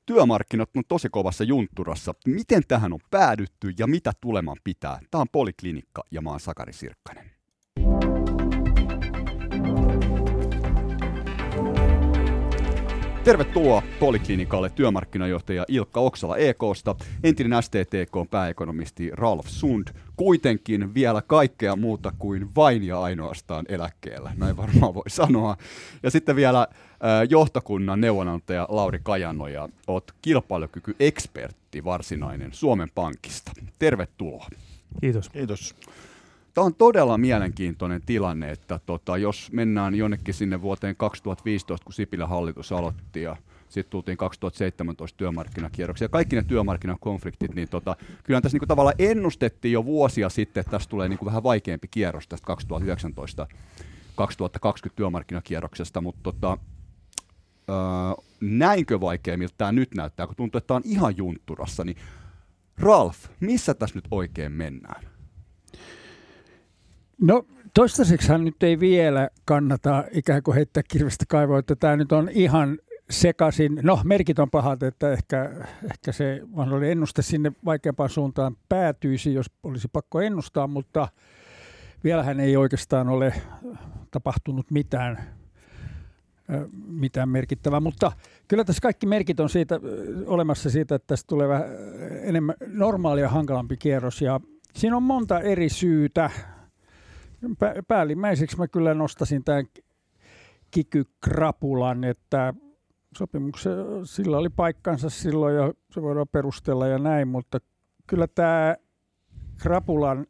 Työmarkkinat on tosi kovassa juntturassa. Miten tähän on päädytty ja mitä tuleman pitää? Tämä on Poliklinikka ja mä oon Sakari Sirkkanen. Tervetuloa Poliklinikalle työmarkkinajohtaja Ilkka Oksala EK:sta, entinen STTK:n pääekonomisti Ralf Sund, kuitenkin vielä kaikkea muuta kuin vain ja ainoastaan eläkkeellä, näin varmaan voi sanoa. Ja sitten vielä johtokunnan neuvonantaja Lauri Kajanoja, olet kilpailukykyekspertti varsinainen Suomen Pankista. Tervetuloa. Kiitos. Kiitos. Tämä on todella mielenkiintoinen tilanne, että jos mennään jonnekin sinne vuoteen 2015, kun Sipilän hallitus aloitti ja sitten tultiin 2017 työmarkkinakierroksia ja kaikki ne työmarkkinakonfliktit, niin kyllähän tässä niinku tavallaan ennustettiin jo vuosia sitten, että tässä tulee niinku vähän vaikeampi kierros tästä 2019-2020 työmarkkinakierroksesta, mutta näinkö vaikea, miltä tämä nyt näyttää, kun tuntuu, että tämä on ihan juntturassa, niin Ralf, missä tässä nyt oikein mennään? No toistaiseksihan nyt ei vielä kannata ikään kuin heittää kirvestä kaivoa, että tämä nyt on ihan sekaisin. No merkit on pahat, että ehkä se mahdollinen ennuste sinne vaikeampaan suuntaan päätyisi, jos olisi pakko ennustaa, mutta vielähän ei oikeastaan ole tapahtunut mitään merkittävää, mutta kyllä tässä kaikki merkit on olemassa siitä, että tästä tulee vähän enemmän normaalia hankalampi kierros ja siinä on monta eri syytä. Päällimmäiseksi mä kyllä nostasin tämän kiky-krapulan, että sopimuksen sillä oli paikkansa silloin ja se voidaan perustella ja näin, mutta kyllä tämä krapulan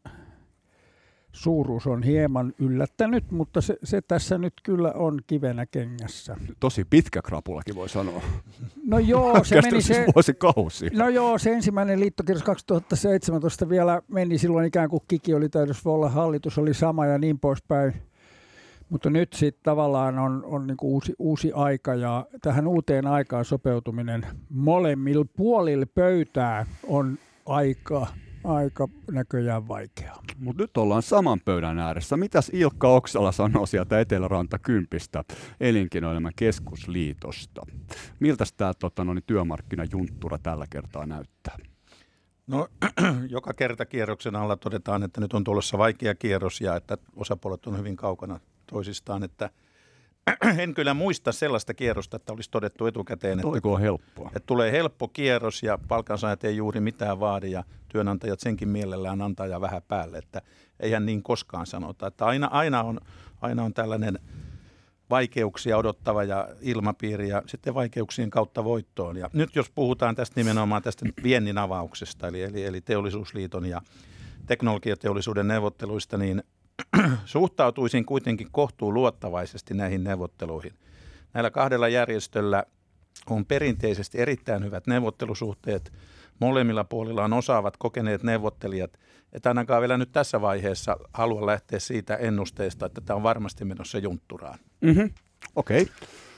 suuruus on hieman yllättänyt, mutta se tässä nyt kyllä on kivenä kengässä. Tosi pitkä krapulakin voi sanoa. No joo, se meni vuosikausi. No joo, se ensimmäinen liittokierros 2017 vielä meni silloin ikään kuin kiki oli täydessä olla, hallitus oli sama ja niin poispäin. Mutta nyt sitten tavallaan on niinku uusi aika ja tähän uuteen aikaan sopeutuminen molemmilla puolilla pöytää on aika näköjään vaikeaa. Mutta nyt ollaan saman pöydän ääressä. Mitäs Ilkka Oksala sanoo sieltä Eteläranta 10 Elinkeinoelämän keskusliitosta? Miltäs tämä työmarkkinajunttura tällä kertaa näyttää? No joka kerta kierroksen alla todetaan, että nyt on tulossa vaikea kierros ja että osapuolet on hyvin kaukana toisistaan, että en kyllä muista sellaista kierrosta, että olisi todettu etukäteen, että tulee helppo kierros ja palkansaajat ei juuri mitään vaadi ja työnantajat senkin mielellään antaa ja vähän päälle, että eihän niin koskaan sanota, että aina on tällainen vaikeuksia odottava ja ilmapiiri ja sitten vaikeuksien kautta voittoon. Ja nyt jos puhutaan tästä nimenomaan tästä viennin avauksesta, eli Teollisuusliiton ja teknologiateollisuuden neuvotteluista, niin suhtautuisin kuitenkin kohtuuluottavaisesti näihin neuvotteluihin. Näillä kahdella järjestöllä on perinteisesti erittäin hyvät neuvottelusuhteet. Molemmilla puolilla on osaavat kokeneet neuvottelijat. Et ainakaan vielä nyt tässä vaiheessa halua lähteä siitä ennusteesta, että tämä on varmasti menossa juntturaan. Okei.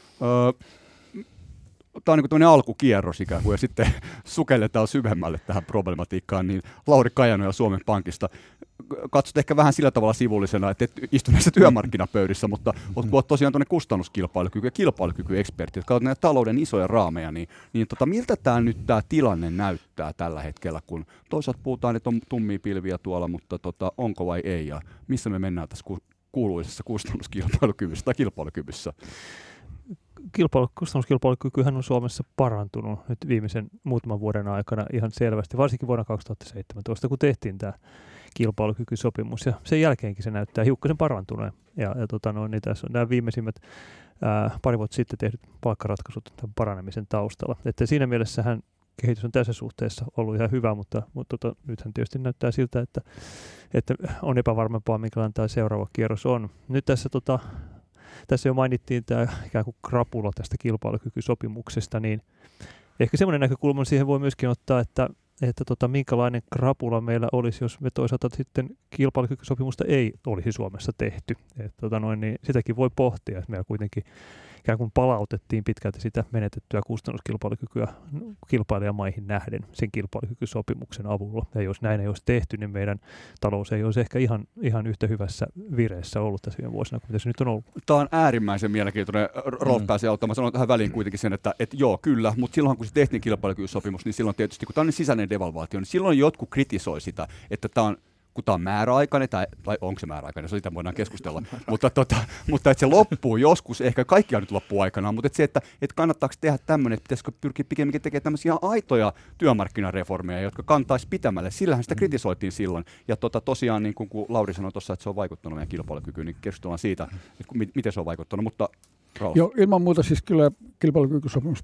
Tämä on niin kuin alkukierros ikään kuin, ja sitten sukelletaan syvemmälle tähän problematiikkaan, niin Lauri Kajanoja Suomen Pankista. Katsot ehkä vähän sillä tavalla sivullisena, että et istu näissä työmarkkinapöydissä, mutta kun olet tosiaan tuonne kustannuskilpailukyky- ja kilpailukykyekspertti, jotka ovat näitä talouden isoja raameja, niin miltä tämä tilanne näyttää tällä hetkellä, kun toisaalta puhutaan, että on tummia pilviä tuolla, mutta onko vai ei, ja missä me mennään tässä kuuluisessa kustannuskilpailukyvyssä tai kilpailukyvyssä? Kustannuskilpailukykyhän on Suomessa parantunut nyt viimeisen muutaman vuoden aikana ihan selvästi, varsinkin vuonna 2017, kun tehtiin tämä kilpailukykysopimus, ja sen jälkeenkin se näyttää hiukkasen parantuneen. Niin tässä on nämä viimeisimmät pari vuotta sitten tehdyt palkkaratkaisut tämän paranemisen taustalla. Että siinä mielessähän kehitys on tässä suhteessa ollut ihan hyvä, mutta nythän tietysti näyttää siltä, että on epävarmempaa, minkälainen tämä seuraava kierros on. Nyt tässä jo mainittiin tämä ikään kuin krapula tästä kilpailukykysopimuksesta, niin ehkä semmoinen näkökulma siihen voi myöskin ottaa, että minkälainen krapula meillä olisi, jos me toisaalta sitten kilpailukykysopimusta ei olisi Suomessa tehty. Niin sitäkin voi pohtia, että meillä kuitenkin ikään kuin palautettiin pitkälti sitä menetettyä kustannuskilpailukykyä kilpailijamaihin nähden sen kilpailukykysopimuksen avulla. Ja jos näin ei olisi tehty, niin meidän talous ei olisi ehkä ihan yhtä hyvässä vireessä ollut tässä viime vuosina kuin mitä se nyt on ollut. Tämä on äärimmäisen mielenkiintoinen. Rolf pääsee auttamaan. Sanon tähän väliin kuitenkin sen, että joo, kyllä, mutta silloin kun se tehtiin kilpailukykysopimus, niin silloin tietysti, kun tämä on niin sisäinen devalvaatio, niin silloin jotkut kritisoi sitä, että tämä on kun tämä on määräaikainen, tai onko se määräaikainen, siitä voidaan keskustella, mutta että se loppuu joskus, ehkä kaikkiaan nyt loppuu aikanaan, mutta että kannattaako tehdä tämmöinen, että pitäisikö pyrkiä pikemminkin tekemään tämmöisiä aitoja työmarkkinareformeja, jotka kantaisi pitämälle. Sillähän sitä kritisoitiin silloin, ja tosiaan niin kun Lauri sanoi tuossa, että se on vaikuttanut meidän kilpailukykyyn, niin keskustellaan siitä, että miten se on vaikuttanut, mutta Rolf. Joo, ilman muuta siis kyllä kilpailukykysopimus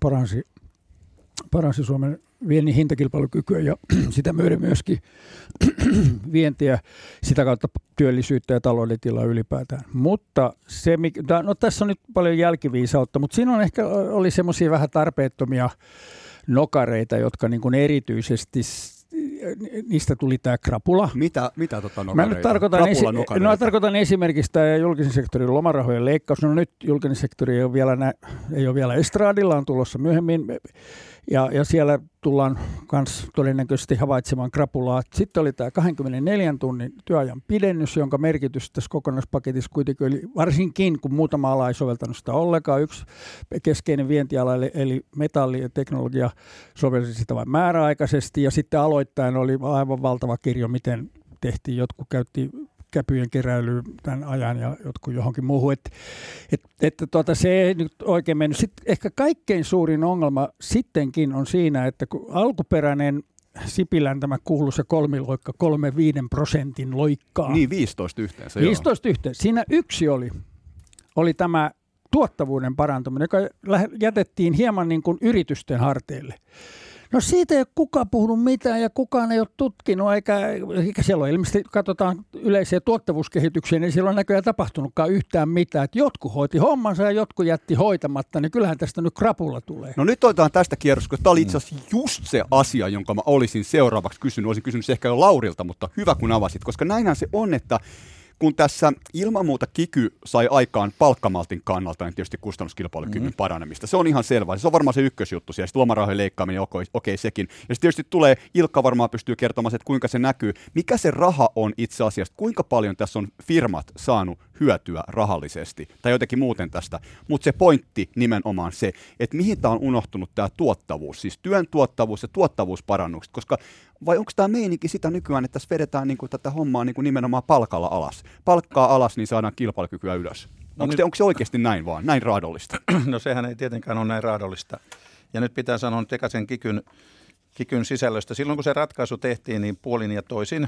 paransi Suomen viennin hintakilpailukykyä ja sitä myöden myöskin vientiä, sitä kautta työllisyyttä ja talouden tilaa ylipäätään. Mutta tässä on nyt paljon jälkiviisautta, mutta siinä on ehkä oli semmoisia vähän tarpeettomia nokareita, jotka niin kuin erityisesti niistä tuli tämä krapula. Mitä nokareita? Mä nyt tarkoitan esimerkiksi tämä julkisen sektorin lomarahojen leikkaus. No nyt julkinen sektori ei ole vielä estradilla, on tulossa myöhemmin. Ja siellä tullaan myös todennäköisesti havaitsemaan krapulaa. Sitten oli tämä 24 tunnin työajan pidennys, jonka merkitys tässä kokonaispaketissa kuitenkin oli, varsinkin kun muutama ala ei soveltanut sitä ollenkaan. Yksi keskeinen vientiala, eli metalli ja teknologia, sovelsi sitä vain määräaikaisesti. Ja sitten aloittaen oli aivan valtava kirjo, miten tehtiin. Jotkut käytti käpyjen keräilyyn tämän ajan ja jotkut johonkin muuhun. Se ei nyt oikein mennyt. Sitten ehkä kaikkein suurin ongelma sittenkin on siinä, että kun alkuperäinen Sipilän tämä kuuluisa kolmiloikka, 3-5% loikkaa. Niin, 15 yhteensä. 15 yhteensä. Siinä yksi oli tämä tuottavuuden parantuminen, joka jätettiin hieman niin kuin yritysten harteille. No siitä ei ole kukaan puhunut mitään ja kukaan ei ole tutkinut, eikä siellä on ilmeisesti, katsotaan yleisiä tuottavuuskehityksiä, niin siellä on näköjään tapahtunutkaan yhtään mitään. Että jotkut hoiti hommansa ja jotkut jätti hoitamatta, niin kyllähän tästä nyt krapulla tulee. No nyt otetaan tästä kierrosta, koska tämä oli itse asiassa just se asia, jonka mä olisin seuraavaksi kysynyt. Olisin kysynyt se ehkä jo Laurilta, mutta hyvä kun avasit, koska näinhän se on, että kun tässä ilman muuta kiky sai aikaan palkkamaltin kannalta, niin tietysti kustannuskilpailukyvyn paranemista. Se on ihan selvää. Se on varmaan se ykkösjuttu siellä. Sitten lomarahojen leikkaaminen, okei, sekin. Ja sitten tietysti tulee, Ilkka varmaan pystyy kertomaan, että kuinka se näkyy. Mikä se raha on itse asiassa? Kuinka paljon tässä on firmat saanut hyötyä rahallisesti tai jotenkin muuten tästä. Mutta se pointti nimenomaan se, että mihin tämä on unohtunut tämä tuottavuus, siis työn tuottavuus ja tuottavuusparannukset, koska vai onko tämä meininki sitä nykyään, että tässä vedetään niinku tätä hommaa niinku nimenomaan palkalla alas? Palkkaa alas, niin saadaan kilpailukykyä ylös. Onko se oikeasti näin vaan, näin raadollista? No sehän ei tietenkään ole näin raadollista. Ja nyt pitää sanoa Tekasen kikyn sisällöstä. Silloin kun se ratkaisu tehtiin, niin puolin ja toisin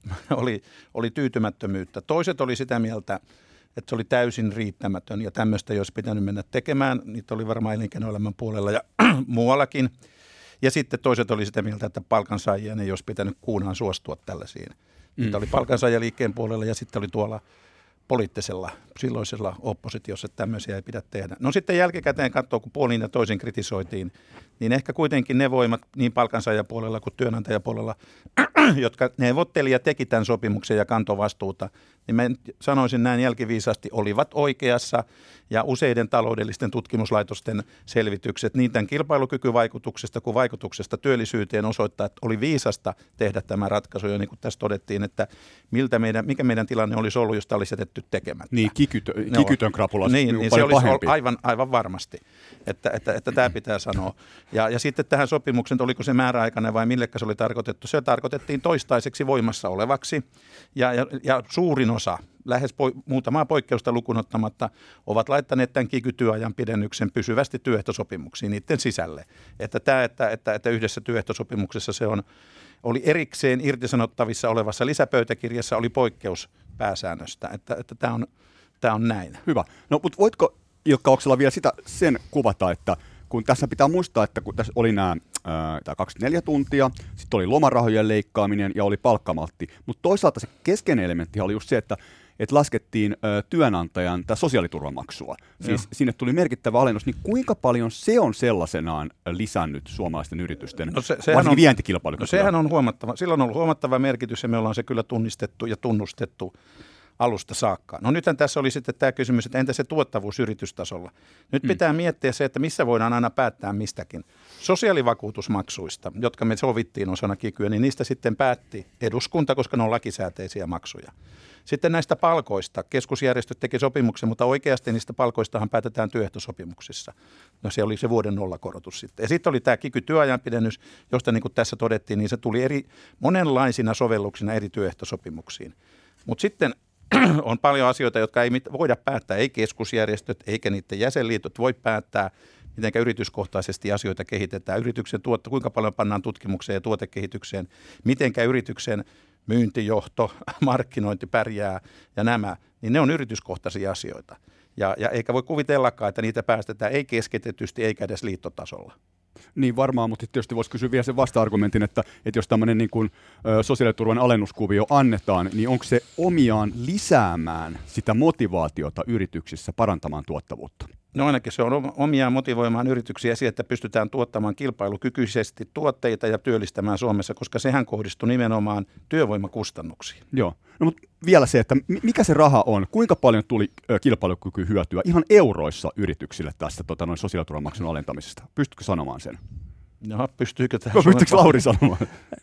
oli tyytymättömyyttä. Toiset oli sitä mieltä, että se oli täysin riittämätön ja tämmöistä ei olisi pitänyt mennä tekemään. Niitä oli varmaan elinkeinoelämän puolella ja muuallakin. Ja sitten toiset oli sitä mieltä, että palkansaajien ei olisi pitänyt kuunaan suostua tällaisiin. Niitä oli palkansaajaliikkeen puolella ja sitten oli tuolla poliittisella, silloisella oppositiossa, että tämmöisiä ei pidä tehdä. No sitten jälkikäteen katsoo, kun puolin ja toisin kritisoitiin, niin ehkä kuitenkin ne voimat niin palkansaajapuolella kuin työnantajapuolella, jotka neuvotteli ja teki tämän sopimuksen ja kantoi vastuuta, niin mä sanoisin näin jälkiviisasti, olivat oikeassa ja useiden taloudellisten tutkimuslaitosten selvitykset niin tämän kilpailukykyvaikutuksesta kuin vaikutuksesta työllisyyteen osoittaa, että oli viisasta tehdä tämä ratkaisu. Ja niin kuin tässä todettiin, että mikä meidän tilanne olisi ollut, jos tämä olisi jätetty tekemättä. Niin, kikytön krapula niin paljon se olisi pahempi. aivan varmasti, että tämä pitää sanoa. Ja sitten tähän sopimuksen, oliko se määräaikainen vai millekä se oli tarkoitettu? Se tarkoitettiin toistaiseksi voimassa olevaksi ja suurin osa, lähes muutamaa poikkeusta lukunottamatta, ovat laittaneet tämän kiky-työajan pidennyksen pysyvästi työehtosopimuksiin niiden sisälle. Että yhdessä työehtosopimuksessa oli erikseen irtisanottavissa olevassa lisäpöytäkirjassa oli poikkeus pääsäännöstä. Että tämä on näin. Hyvä. No, mutta voitko Ilkka Oksala vielä sen kuvata, että kun tässä pitää muistaa, että kun tässä oli nämä 24 tuntia, sitten oli lomarahojen leikkaaminen ja oli palkkamaltti, mutta toisaalta se keskeinen elementti oli just se, että laskettiin työnantajan sosiaaliturvamaksua. Siis sinne tuli merkittävä alennus, niin kuinka paljon se on sellaisenaan lisännyt suomalaisten yritysten, varsinkin vientikilpailukykyä? No sehän on huomattava, silloin on ollut huomattava merkitys ja me ollaan se kyllä tunnistettu ja tunnustettu alusta saakka. No nythän tässä oli sitten tämä kysymys, että entä se tuottavuus yritystasolla? Nyt pitää miettiä se, että missä voidaan aina päättää mistäkin. Sosiaalivakuutusmaksuista, jotka me sovittiin osana kikyä, niin niistä sitten päätti eduskunta, koska ne on lakisääteisiä maksuja. Sitten näistä palkoista. Keskusjärjestöt teki sopimuksen, mutta oikeasti niistä palkoistahan päätetään työehtosopimuksissa. No se oli se vuoden nollakorotus sitten. Ja sitten oli tämä kiky-työajanpidennys, josta niin kuin tässä todettiin, niin se tuli monenlaisina sovelluksina eri työehtosopimuksiin. Mutta sitten on paljon asioita, jotka ei voida päättää, ei keskusjärjestöt eikä niiden jäsenliitot voi päättää, miten yrityskohtaisesti asioita kehitetään. Yrityksen kuinka paljon pannaan tutkimukseen ja tuotekehitykseen, miten yrityksen myyntijohto, markkinointi pärjää ja nämä, niin ne on yrityskohtaisia asioita. Ja eikä voi kuvitellakaan, että niitä päästetään ei keskitetysti eikä edes liittotasolla. Niin varmaan, mutta tietysti voisi kysyä vielä sen vasta-argumentin, että jos tämmöinen niin kuin sosiaaliturvan alennuskuvio annetaan, niin onko se omiaan lisäämään sitä motivaatiota yrityksissä parantamaan tuottavuutta? No ainakin se on omiaan motivoimaan yrityksiä siihen, että pystytään tuottamaan kilpailukykyisesti tuotteita ja työllistämään Suomessa, koska sehän kohdistuu nimenomaan työvoimakustannuksiin. Joo, no mutta vielä se, että mikä se raha on, kuinka paljon tuli kilpailukykyhyötyä ihan euroissa yrityksille tästä sosiaaliturvamaksun alentamisesta? Pystytkö sanomaan sen? No, pystyykö tähän? Pystyykö Lauri sanomaan?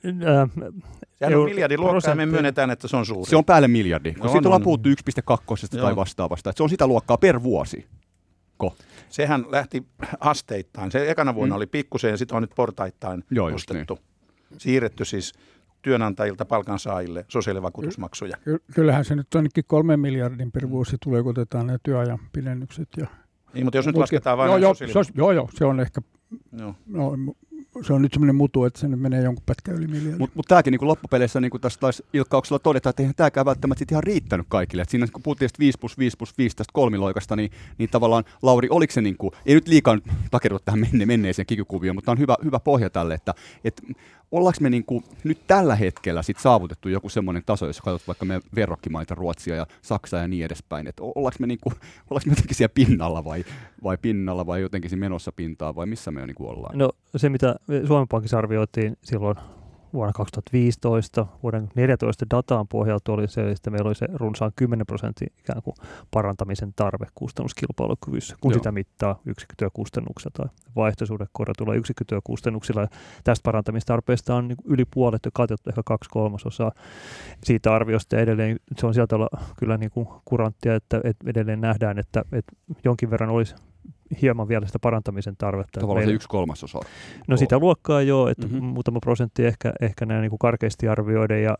Sehän on miljardin luokkaa ja me myönnetään, että se on suuri. Se on päälle miljardi, kun siitä ollaan puhuttu 1,2 tai Joo. vastaavasta. Että se on sitä luokkaa per vuosi. Sehän lähti asteittain. Se ekana vuonna oli pikkusen ja sitten on nyt portaittain nostettu. Niin. Siirretty siis työnantajilta palkansaajille sosiaalivakuutusmaksuja. Kyllähän se nyt ainakin 3 miljardin per vuosi tulee, kun otetaan ne työajan pidennykset. Niin, mutta jos nyt lasketaan vain se on ehkä... Joo. No, se on nyt semmoinen mutu, että se nyt menee jonkun pätkän yli miljardin. Mutta tämäkin niin loppupeleissä, niin kuin tässä taisi Ilkka Oksala todeta, että eihän tämäkään välttämättä sit ihan riittänyt kaikille. Et siinä kun puhuttiin 5+5+5 tästä kolmiloikasta, niin tavallaan Lauri, oliko se, niin kuin, ei nyt liikaa takertua tähän menneeseen kikykuvioon, mutta on hyvä pohja tälle, että ollaanko me niin kuin nyt tällä hetkellä sit saavutettu joku semmoinen taso, jos katsot vaikka meidän verrokkimaita, Ruotsia ja Saksaa ja niin edespäin, että ollaanko me jotenkin siellä pinnalla vai jotenkin siinä menossa pintaa vai missä me jo niin kuin ollaan? No se, mitä Suomen Pankissa arvioitiin silloin vuonna 2015, vuoden 2014 dataan pohjalta oli se, että meillä oli se runsaan 10% ikään kuin parantamisen tarve kustannuskilpailukyvyssä, kun sitä mittaa yksikkötyökustannuksilla tai vaihtosuhdekorjatulla yksikkötyökustannuksilla. Ja tästä parantamistarpeesta on niin yli puolet jo katettu, ehkä 2/3 siitä arviosta. Edelleen se on sieltä olla kyllä niin kuin kuranttia, että edelleen nähdään, että jonkin verran olisi hieman vielä sitä parantamisen tarvetta. Tavallaan se 1/3. No sitä luokkaa joo, että muutama prosentti ehkä näin niin kuin karkeasti arvioiden ja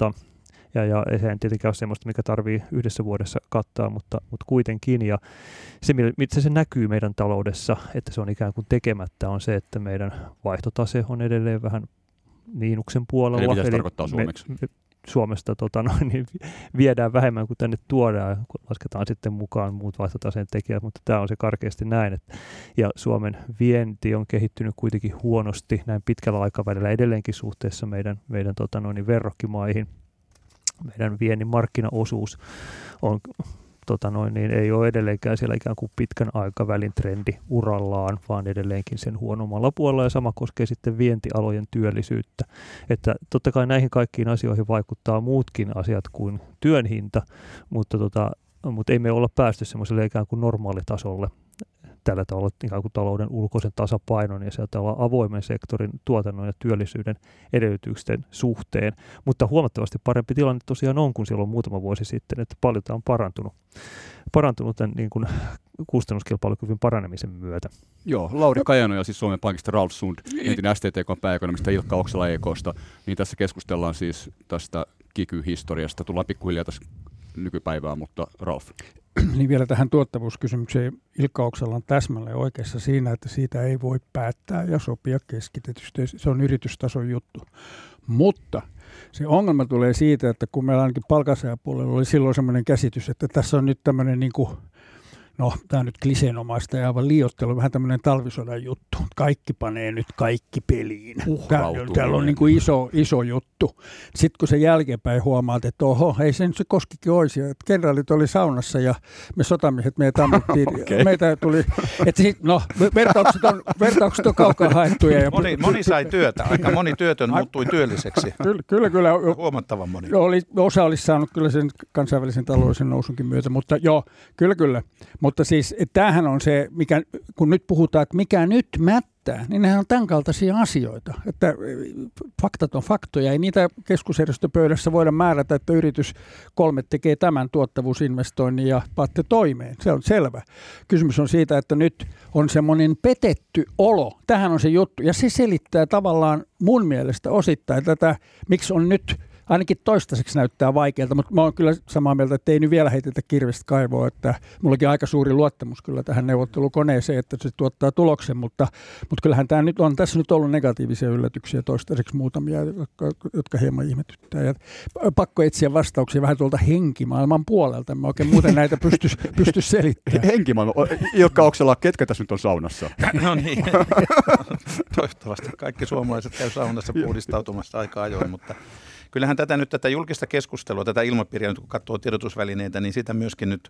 sehän tietenkin ole semmoista, mikä tarvii yhdessä vuodessa kattaa, mutta kuitenkin. Ja se, miten se näkyy meidän taloudessa, että se on ikään kuin tekemättä, on se, että meidän vaihtotase on edelleen vähän miinuksen puolella. Eli mitä se tarkoittaa suomeksi? Suomesta niin viedään vähemmän kuin tänne tuodaan, kun lasketaan sitten mukaan muut vaihtotaseen tekijät, mutta tämä on se karkeasti näin. Ja Suomen vienti on kehittynyt kuitenkin huonosti näin pitkällä aikavälillä edelleenkin suhteessa meidän verrokkimaihin. Meidän viennin markkinaosuus on ei ole edelleenkään siellä ikään kuin pitkän aikavälin trendi urallaan, vaan edelleenkin sen huonommalla puolella, ja sama koskee sitten vientialojen työllisyyttä. Että totta kai näihin kaikkiin asioihin vaikuttaa muutkin asiat kuin työn hinta, mutta ei me olla päästy semmoiselle ikään kuin normaalitasolle tällä tavalla ikään kuin talouden ulkoisen tasapainon ja sieltä ollaan avoimen sektorin tuotannon ja työllisyyden edellytysten suhteen. Mutta huomattavasti parempi tilanne tosiaan on kuin silloin muutama vuosi sitten, että paljon tämä on parantunut tämän niin kuin kustannuskilpailukyvyn paranemisen myötä. Joo, Lauri Kajanoja, siis Suomen Pankista, Ralf Sund, entinen STTK:n pääekonomista, Ilkka Oksala EK:sta, niin tässä keskustellaan siis tästä kiky-historiasta. Tullaan pikkuhiljaa tässä nykypäivään, mutta Ralf. Niin vielä tähän tuottavuuskysymykseen. Ilkka Oksala on täsmälleen oikeassa siinä, että siitä ei voi päättää ja sopia keskitetysti. Se on yritystason juttu. Mutta se ongelma tulee siitä, että kun meillä ainakin palkansaajapuolella oli silloin semmoinen käsitys, että tässä on nyt tämmöinen no tämä nyt kliseenomaista ja aivan liioittelu, vähän tämmöinen talvisodan juttu. Kaikki panee nyt kaikki peliin. Täällä on niin kuin iso juttu. Sitten kun se jälkeenpäin huomaat, että oho, ei se nyt se koskikin olisi. Kenraalit oli saunassa ja me sotamiehet meitä ammuttiin. Okay. Meitä tuli, että no vertaukset on kaukaa haettuja. Ja moni sai työtä, aika moni työtön muuttui työlliseksi. Kyllä. Huomattavan moni. Osa olisi saanut kyllä sen kansainvälisen taloudellisen nousunkin myötä, mutta joo, kyllä. Mutta siis tämähän on se, mikä, kun nyt puhutaan, että mikä nyt mättää, niin nehän on tämän kaltaisia asioita. Että faktat on faktoja. Ei niitä keskusjärjestöpöydässä voida määrätä, että yritys 3 tekee tämän tuottavuusinvestoinnin ja paatte toimeen. Se on selvä. Kysymys on siitä, että nyt on semmoinen petetty olo. Tähän on se juttu. Ja se selittää tavallaan mun mielestä osittain tätä, miksi on nyt ainakin toistaiseksi näyttää vaikealta, mutta mä oon kyllä samaa mieltä, että ei nyt vielä heitetä kirvestä kaivoa, että mullakin on aika suuri luottamus kyllä tähän neuvottelukoneeseen, että se tuottaa tuloksen, mutta kyllähän tämä nyt on tässä nyt ollut negatiivisia yllätyksiä toistaiseksi muutamia, jotka hieman ihmetyttää. Ja pakko etsiä vastauksia vähän tuolta henkimaailman puolelta, mä oikein muuten näitä pysty selittämään. Henkimaailma, Ilkka Oksala, ketkä tässä nyt on saunassa? No niin, toivottavasti kaikki suomalaiset käy saunassa puhdistautumassa aika ajoin, mutta kyllähän tätä julkista keskustelua, tätä ilmapiiriä, kun katsoo tiedotusvälineitä, niin sitä myöskin nyt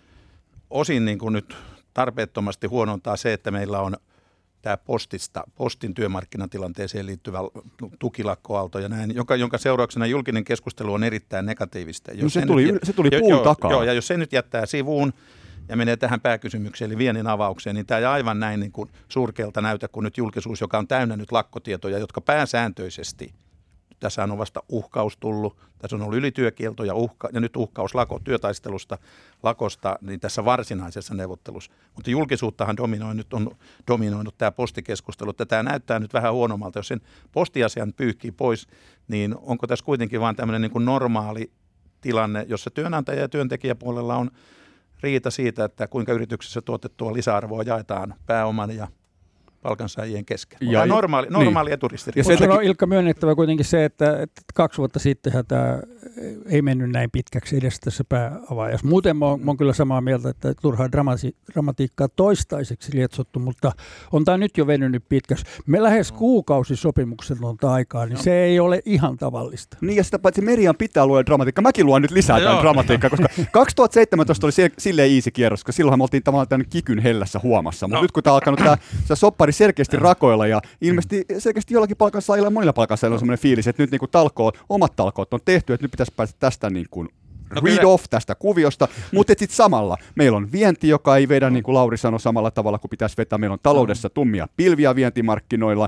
osin niin kuin nyt tarpeettomasti huonontaa se, että meillä on tämä postin työmarkkinatilanteeseen liittyvä tukilakkoaalto ja näin, jonka seurauksena julkinen keskustelu on erittäin negatiivista. Se tuli puun takaa. Joo, ja jos se nyt jättää sivuun ja menee tähän pääkysymykseen, eli viennin avaukseen, niin tämä ei aivan näin niin kuin surkealta näytä kuin nyt julkisuus, joka on täynnä nyt lakkotietoja, jotka pääsääntöisesti, tässä on vasta uhkaus tullut, tässä on ollut ylityökielto ja nyt uhkaus työtaistelusta, lakosta, niin tässä varsinaisessa neuvottelussa. Mutta julkisuuttahan on dominoinut tämä postikeskustelu, että tämä näyttää nyt vähän huonommalta. Jos sen postiasian pyyhkii pois, niin onko tässä kuitenkin vain tämmöinen niin kuin normaali tilanne, jossa työnantaja- ja työntekijäpuolella on riita siitä, että kuinka yrityksessä tuotettua lisäarvoa jaetaan pääoman ja palkansaajien kesken. Normaali eturistiriita. Ja se on Ilkka myönnettävä kuitenkin se, että 2 vuotta sittenhän tämä ei mennyt näin pitkäksi edes tässä pääavaajassa. Muuten mä oon kyllä samaa mieltä, että turhaa dramatiikkaa toistaiseksi lietsottu, mutta on tämä nyt jo venynyt pitkäksi. Me lähes kuukausisopimukset on aikaa, niin se ei ole ihan tavallista. Niin ja sitä paitsi Merian pitää luoda dramatiikkaa. Mäkin luon nyt lisää tämän dramatiikkaa, koska 2017 oli silleen easy kierros, koska silloinhan me oltiin tavallaan tämän kikyn hellässä huomassa. Mutta nyt kun tämä on alkanut tämä soppari selkeästi rakoilla ja ilmeisesti selkeästi jollakin palkansaajilla ja monilla palkansaajilla on sellainen fiilis, että nyt niin kuin omat talkoot on tehty, että nyt pitäisi päästä tästä niin kuin read off tästä kuviosta, mutta sitten samalla meillä on vienti, joka ei vedä, niin kuin Lauri sanoi, samalla tavalla kuin pitäisi vetää. Meillä on taloudessa tummia pilviä vientimarkkinoilla,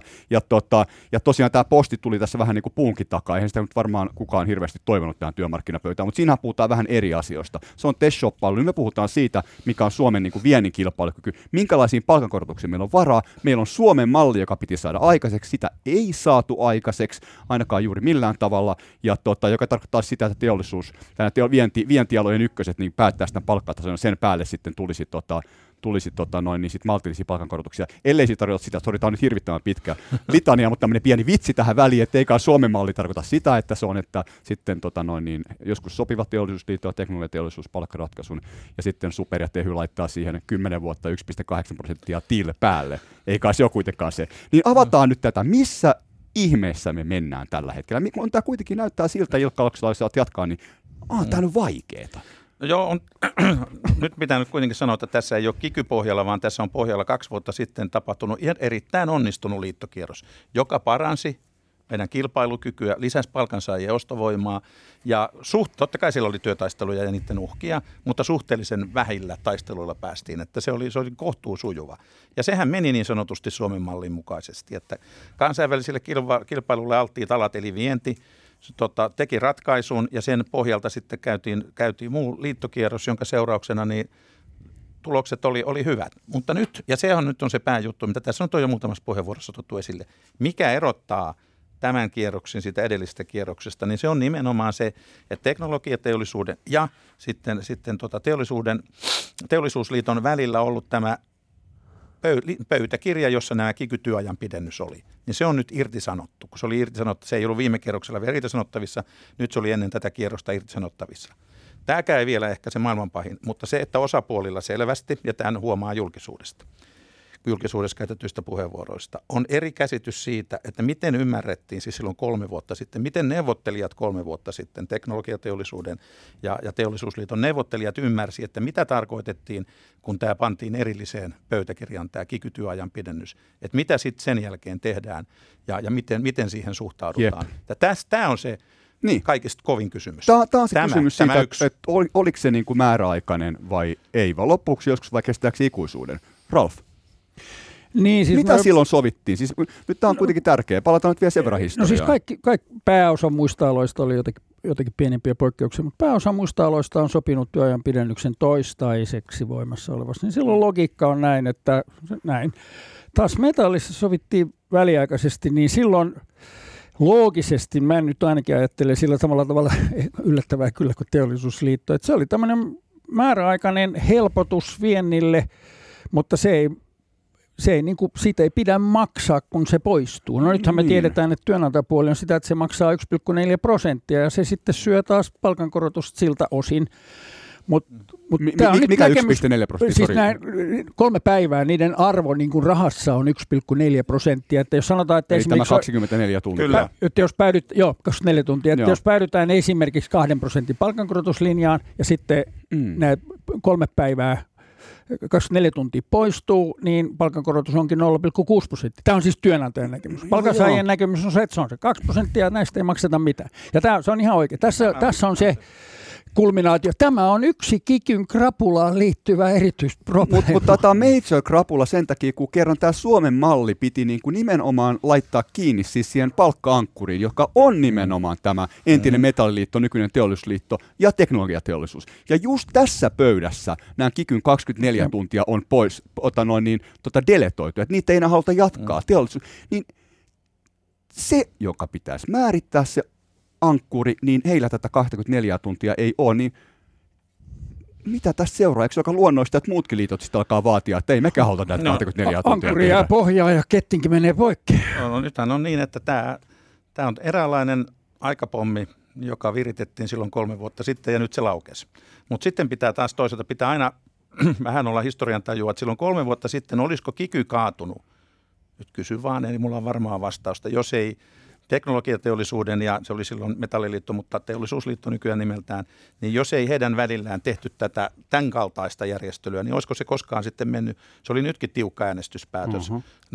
ja tosiaan tämä posti tuli tässä vähän niin kuin puunkin takaa. Eihän sitä nyt varmaan kukaan hirveästi toivonut tähän työmarkkinapöytään, mutta siinähän puhutaan vähän eri asioista. Se on TES-shoppailu, niin me puhutaan siitä, mikä on Suomen niin kuin viennin kilpailukyky, minkälaisiin palkankorotuksiin meillä on varaa. Meillä on Suomen malli, joka piti saada aikaiseksi, sitä ei saatu aikaiseksi, ainakaan juuri millään tavalla, ja joka tarkoittaa sitä, että vientialojen ykköset niin päättää sitä palkkatason, sen päälle sitten tulisi niin sit maltillisia palkankorotuksia. Ellei siitä tarkoita sitä, tämä on nyt hirvittävän pitkä litania, mutta tämmöinen pieni vitsi tähän väliin, että eikä Suomen malli tarkoita sitä, että se on, että sitten joskus sopiva teollisuusliitto ja teknologiateollisuus palkkaratkaisun, ja sitten Super ja Tehy laittaa siihen 10 vuotta 1,8% till päälle. Eikä se ole kuitenkaan se. Niin avataan nyt tätä, missä ihmeessä me mennään tällä hetkellä. On tämä kuitenkin näyttää siltä, Ilkka Oksala, jos saat jatkaa, niin tämä on vaikeeta. No joo, nyt pitää nyt kuitenkin sanoa, että tässä ei ole kikypohjalla, vaan tässä on pohjalla 2 vuotta sitten tapahtunut erittäin onnistunut liittokierros, joka paransi meidän kilpailukykyä, lisäsi palkansaajien ostovoimaa ja totta kai siellä oli työtaisteluja ja niiden uhkia, mutta suhteellisen vähillä taisteluilla päästiin, että se oli kohtuu sujuva. Ja sehän meni niin sanotusti Suomen mallin mukaisesti, että kansainvälisille kilpailulle alttiit alat eli vienti teki ratkaisun ja sen pohjalta sitten käytiin muu liittokierros, jonka seurauksena niin tulokset oli hyvät. Mutta nyt, ja sehän nyt on se pääjuttu, mitä tässä on jo muutamassa puheenvuorossa otettu esille, mikä erottaa tämän kierroksen siitä edellisestä kierroksesta, niin se on nimenomaan se, että teknologiateollisuuden ja sitten teollisuusliiton välillä ollut tämä pöytäkirja, jossa nämä kiky-työajan pidennys oli, niin se on nyt irtisanottu. Kun se oli irtisanottu, se ei ollut viime kierroksella vielä irtisanottavissa, nyt se oli ennen tätä kierrosta irtisanottavissa. Tämäkään ei vielä ehkä se maailman pahin, mutta se, että osapuolilla selvästi, ja tämän huomaa julkisuudessa käytetyistä puheenvuoroista, on eri käsitys siitä, että miten ymmärrettiin siis silloin 3 vuotta sitten, miten neuvottelijat 3 vuotta sitten, teknologiateollisuuden ja teollisuusliiton neuvottelijat ymmärsi, että mitä tarkoitettiin, kun tämä pantiin erilliseen pöytäkirjaan, tämä kiky-työajan pidennys, että mitä sitten sen jälkeen tehdään ja miten siihen suhtaudutaan. Tämä on se kaikista kovin kysymys. Tämä on se kysymys siitä, että oliko se niin kuin määräaikainen vai ei, vai loppuksi joskus vai kestääkö ikuisuuden? Ralf? Niin, siis mitä silloin sovittiin? Siis, nyt tämä on kuitenkin tärkeää. Palataan nyt vielä sen verran historiaan. No siis kaikki pääosa muista aloista oli jotenkin pienempiä poikkeuksia, mutta pääosa muista aloista on sopinut työajan pidennyksen toistaiseksi voimassa olevassa. Niin silloin logiikka on näin, että näin. Taas metallissa sovittiin väliaikaisesti, niin silloin loogisesti, mä en nyt ainakin ajattele sillä samalla tavalla yllättävää kyllä kuin Teollisuusliitto, että se oli tämmöinen määräaikainen helpotus viennille, mutta siitä ei pidä maksaa, kun se poistuu. No nythän me tiedetään, että työnantajapuoli on sitä, että se maksaa 1,4% ja se sitten syö taas palkankorotusta siltä osin. Mikä 1,4%? Siis 3 päivää, niiden arvo niin kuin rahassa on 1,4%. Että jos sanotaan, että eli tämä 24 tuntia. Kyllä. Että jos 24 tuntia. Että jos päädytään esimerkiksi 2% palkankorotuslinjaan ja sitten nämä 3 päivää 24 tuntia poistuu, niin palkankorotus onkin 0,6%. Tämä on siis työnantajan näkemys. Palkansaajien näkemys on se, että se on se 2% ja näistä ei makseta mitään. Ja se on ihan oikein. Tässä on se kulminaatio. Tämä on yksi kikyn krapulaan liittyvä erityisprobleemi. Mutta tämä on major krapula sen takia, kun kerran tämä Suomen malli piti niin kuin nimenomaan laittaa kiinni siis siihen palkka-ankkuriin, joka on nimenomaan tämä entinen metalliliitto, nykyinen teollisuusliitto ja teknologiateollisuus. Ja just tässä pöydässä nämä kikyn 24 tuntia on pois deletoitu, että niitä ei enää haluta jatkaa. Teollisuus, niin se, joka pitäisi määrittää se ankkuri, niin heillä tätä 24 tuntia ei ole, niin mitä tässä seuraa? Eikö se aika luonnollista, että muutkin liitot sitten alkaa vaatia, että ei mekään haluta näitä 24 tuntia ankkuri jää pohjaan ja kettinkin menee poikki. No, nythän on niin, että tämä on eräänlainen aikapommi, joka viritettiin silloin 3 vuotta sitten ja nyt se laukesi. Mutta sitten pitää taas toisaalta aina vähän olla historian tajua, että silloin 3 vuotta sitten olisiko kiky kaatunut? Nyt kysyn vaan, eli mulla on varmaan vastausta. Jos ei teknologiateollisuuden, ja se oli silloin metalliliitto, mutta teollisuusliitto nykyään nimeltään, niin jos ei heidän välillään tehty tämän kaltaista järjestelyä, niin olisiko se koskaan sitten mennyt, se oli nytkin tiukka äänestyspäätös.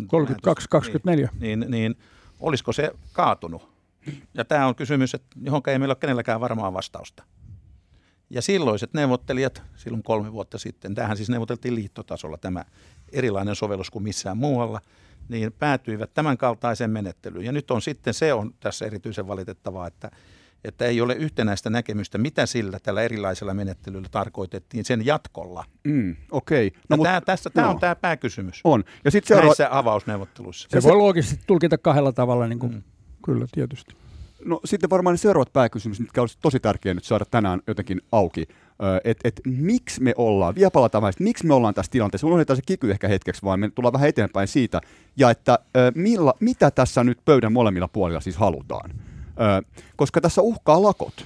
32-24. Niin olisiko se kaatunut? Ja tämä on kysymys, johon ei meillä ole kenelläkään varmaan vastausta. Ja silloiset neuvottelijat, silloin 3 vuotta sitten, tämähän siis neuvoteltiin liittotasolla, tämä erilainen sovellus kuin missään muualla, niin päätyivät tämän kaltaiseen menettelyyn. Ja nyt on sitten, se on tässä erityisen valitettavaa, että ei ole yhtenäistä näkemystä, mitä tällä erilaisella menettelyllä tarkoitettiin sen jatkolla. Okei. Tämä on tämä pääkysymys. On. Ja sit näissä avausneuvotteluissa. Se voi loogisesti tulkita 2 tavalla, niin kuin, kyllä tietysti. No sitten varmaan ne seuraavat pääkysymys, mitkä olisi tosi tärkeää nyt saada tänään jotenkin auki. Että miksi me ollaan, vielä palataan vähän, miksi me ollaan tässä tilanteessa, unohdetaan se kiky ehkä hetkeksi, vaan me tullaan vähän eteenpäin siitä, ja että mitä tässä nyt pöydän molemmilla puolilla siis halutaan. Koska tässä uhkaa lakot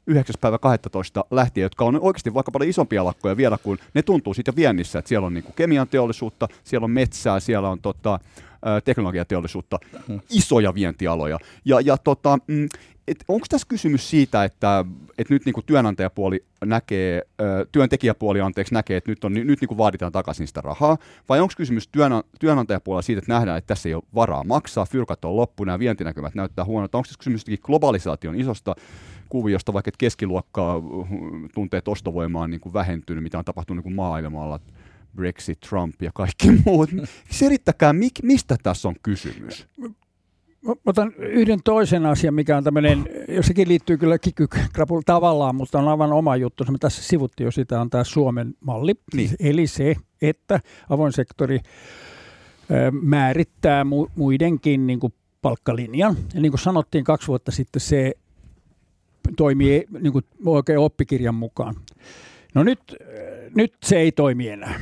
9.12. lähtien, jotka on oikeasti vaikka paljon isompia lakkoja vielä, kun ne tuntuu siitä viennissä, että siellä on niin kuin kemian teollisuutta, siellä on metsää, siellä on teknologiateollisuutta, isoja vientialoja. Onko tässä kysymys siitä, että nyt niin kuin työnantajapuoli näkee, työntekijäpuoli näkee, että nyt niin kuin vaaditaan takaisin sitä rahaa, vai onko kysymys työnantajapuolella siitä, että nähdään, että tässä ei ole varaa maksaa, fyrkat on loppu, nämä vientinäkymät näyttää huonolta, onko tässä kysymys globalisaation isosta kuviosta, vaikka että keskiluokkaa tunteet ostovoimaa niin kuin vähentynyt, mitä on tapahtunut niin kuin maailmalla, Brexit, Trump ja kaikki muut. Selittäkää, mistä tässä on kysymys? Otan yhden toisen asian, mikä on tämmöinen, sekin liittyy kyllä kiky-krapulla tavallaan, mutta on aivan oma juttu. Me tässä sivuttiin jo sitä, on tämä Suomen malli. Niin. Eli se, että avoin sektori määrittää muidenkin niin kuin palkkalinjan. Ja niin kuin sanottiin 2 vuotta sitten, se toimii niin kuin oikein oppikirjan mukaan. No nyt se ei toimi enää.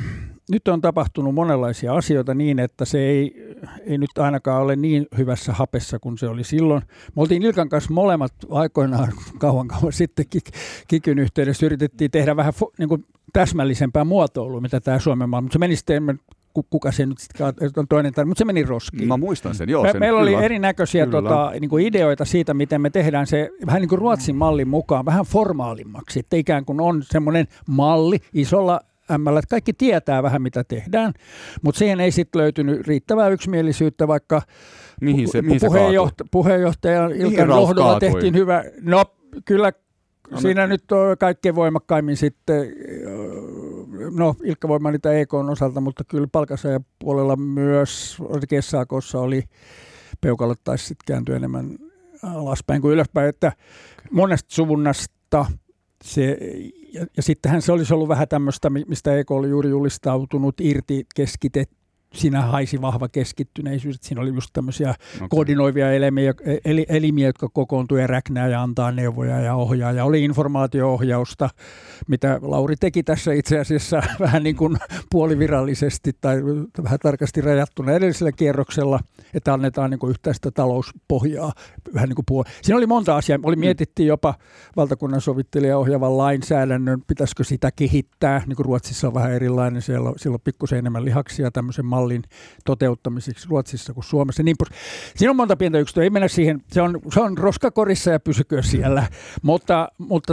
nyt on tapahtunut monenlaisia asioita niin, että se ei nyt ainakaan ole niin hyvässä hapessa kuin se oli silloin. Me oltiin Ilkan kanssa molemmat aikoinaan kauan sitten kikyn yhteydessä, yritettiin tehdä vähän niin kuin täsmällisempää muotoilua, mitä tämä Suomen malli, mutta se meni sitten, kuka se nyt on toinen, mutta se meni roskiin. Mä muistan sen, joo. Meillä oli erinäköisiä niin kuin ideoita siitä, miten me tehdään se vähän niin kuin Ruotsin mallin mukaan, vähän formaalimmaksi, että ikään kuin on semmoinen malli isolla ämmällä, että kaikki tietää vähän mitä tehdään, mutta siihen ei sitten löytynyt riittävää yksimielisyyttä, vaikka mihin se puheenjohtajan Ilkan johdolla tehtiin hyvä, no kyllä siinä nyt on kaikkein voimakkaimmin sitten, no Ilkka voi mainita EK:n osalta, mutta kyllä palkansaajapuolella myös SAK:ssa oli peukalot taisi sitten kääntyä enemmän alaspäin kuin ylöspäin, että monesta suvunnasta se, ja sittenhän se olisi ollut vähän tämmöistä, mistä EK oli juuri julistautunut irti siinä haisi vahva keskittyneisyys, että siinä oli just tämmöisiä koordinoivia elimiä, jotka kokoontuu ja räknää ja antaa neuvoja ja ohjaa. Ja oli informaatio-ohjausta, mitä Lauri teki tässä itse asiassa vähän niin kuin puolivirallisesti tai vähän tarkasti rajattuna edellisellä kierroksella, että annetaan niin kuin yhteistä talouspohjaa. Vähän niin kuin Siinä oli monta asiaa. Mietittiin jopa valtakunnan sovittelija ohjaavan lainsäädännön, pitäisikö sitä kehittää. Niin kuin Ruotsissa on vähän erilainen, siellä on pikkusen enemmän lihaksia tämmöisen mallin toteuttamiseksi Ruotsissa kuin Suomessa. Siinä on monta pientä yksityä, ei mennä siihen, se on roskakorissa ja pysykö siellä, mutta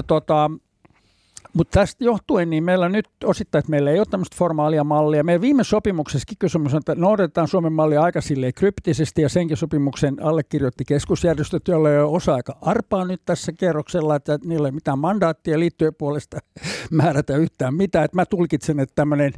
tästä johtuen niin meillä nyt osittain, että meillä ei ole tämmöistä formaalia mallia. Meidän viime sopimuksessa kiky-sopimus on, että noudatetaan Suomen mallia aika silleen kryptisesti ja senkin sopimuksen allekirjoitti keskusjärjestöt, joilla ei ole osa aika arpaa nyt tässä kierroksella, että niillä ei mitään mandaattia liittyen puolesta määrätä yhtään mitään. Että mä tulkitsen, että tämmöinen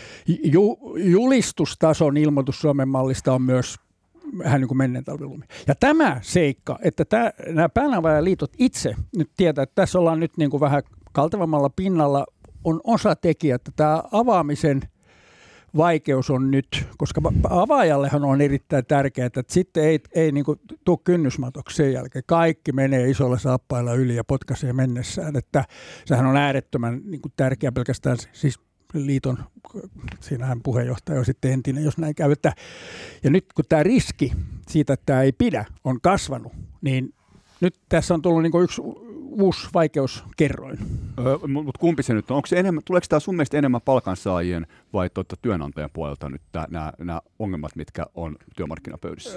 julistustason ilmoitus Suomen mallista on myös vähän niin kuin menneen talvilumi. Ja tämä seikka, että nämä päänavaajaliitot itse nyt tietää, että tässä ollaan nyt niin kuin vähän kaltevammalla pinnalla, on osatekijä, että tämä avaamisen vaikeus on nyt, koska avaajallehan on erittäin tärkeää, että sitten ei niin kuin tule kynnysmatoksi sen jälkeen. Kaikki menee isolla saappailla yli ja potkaisee mennessään, että sehän on äärettömän niin kuin tärkeä pelkästään siis liiton, siinähän puheenjohtaja on sitten entinen, jos näin käy. Ja nyt kun tämä riski siitä, että tämä ei pidä, on kasvanut, niin nyt tässä on tullut niin kuin yksi uusi vaikeuskerroin. Mutta kumpi se nyt on? Tuleeko tämä sun mielestä enemmän palkansaajien vai työnantajan puolelta nyt nämä ongelmat, mitkä on työmarkkinapöydissä?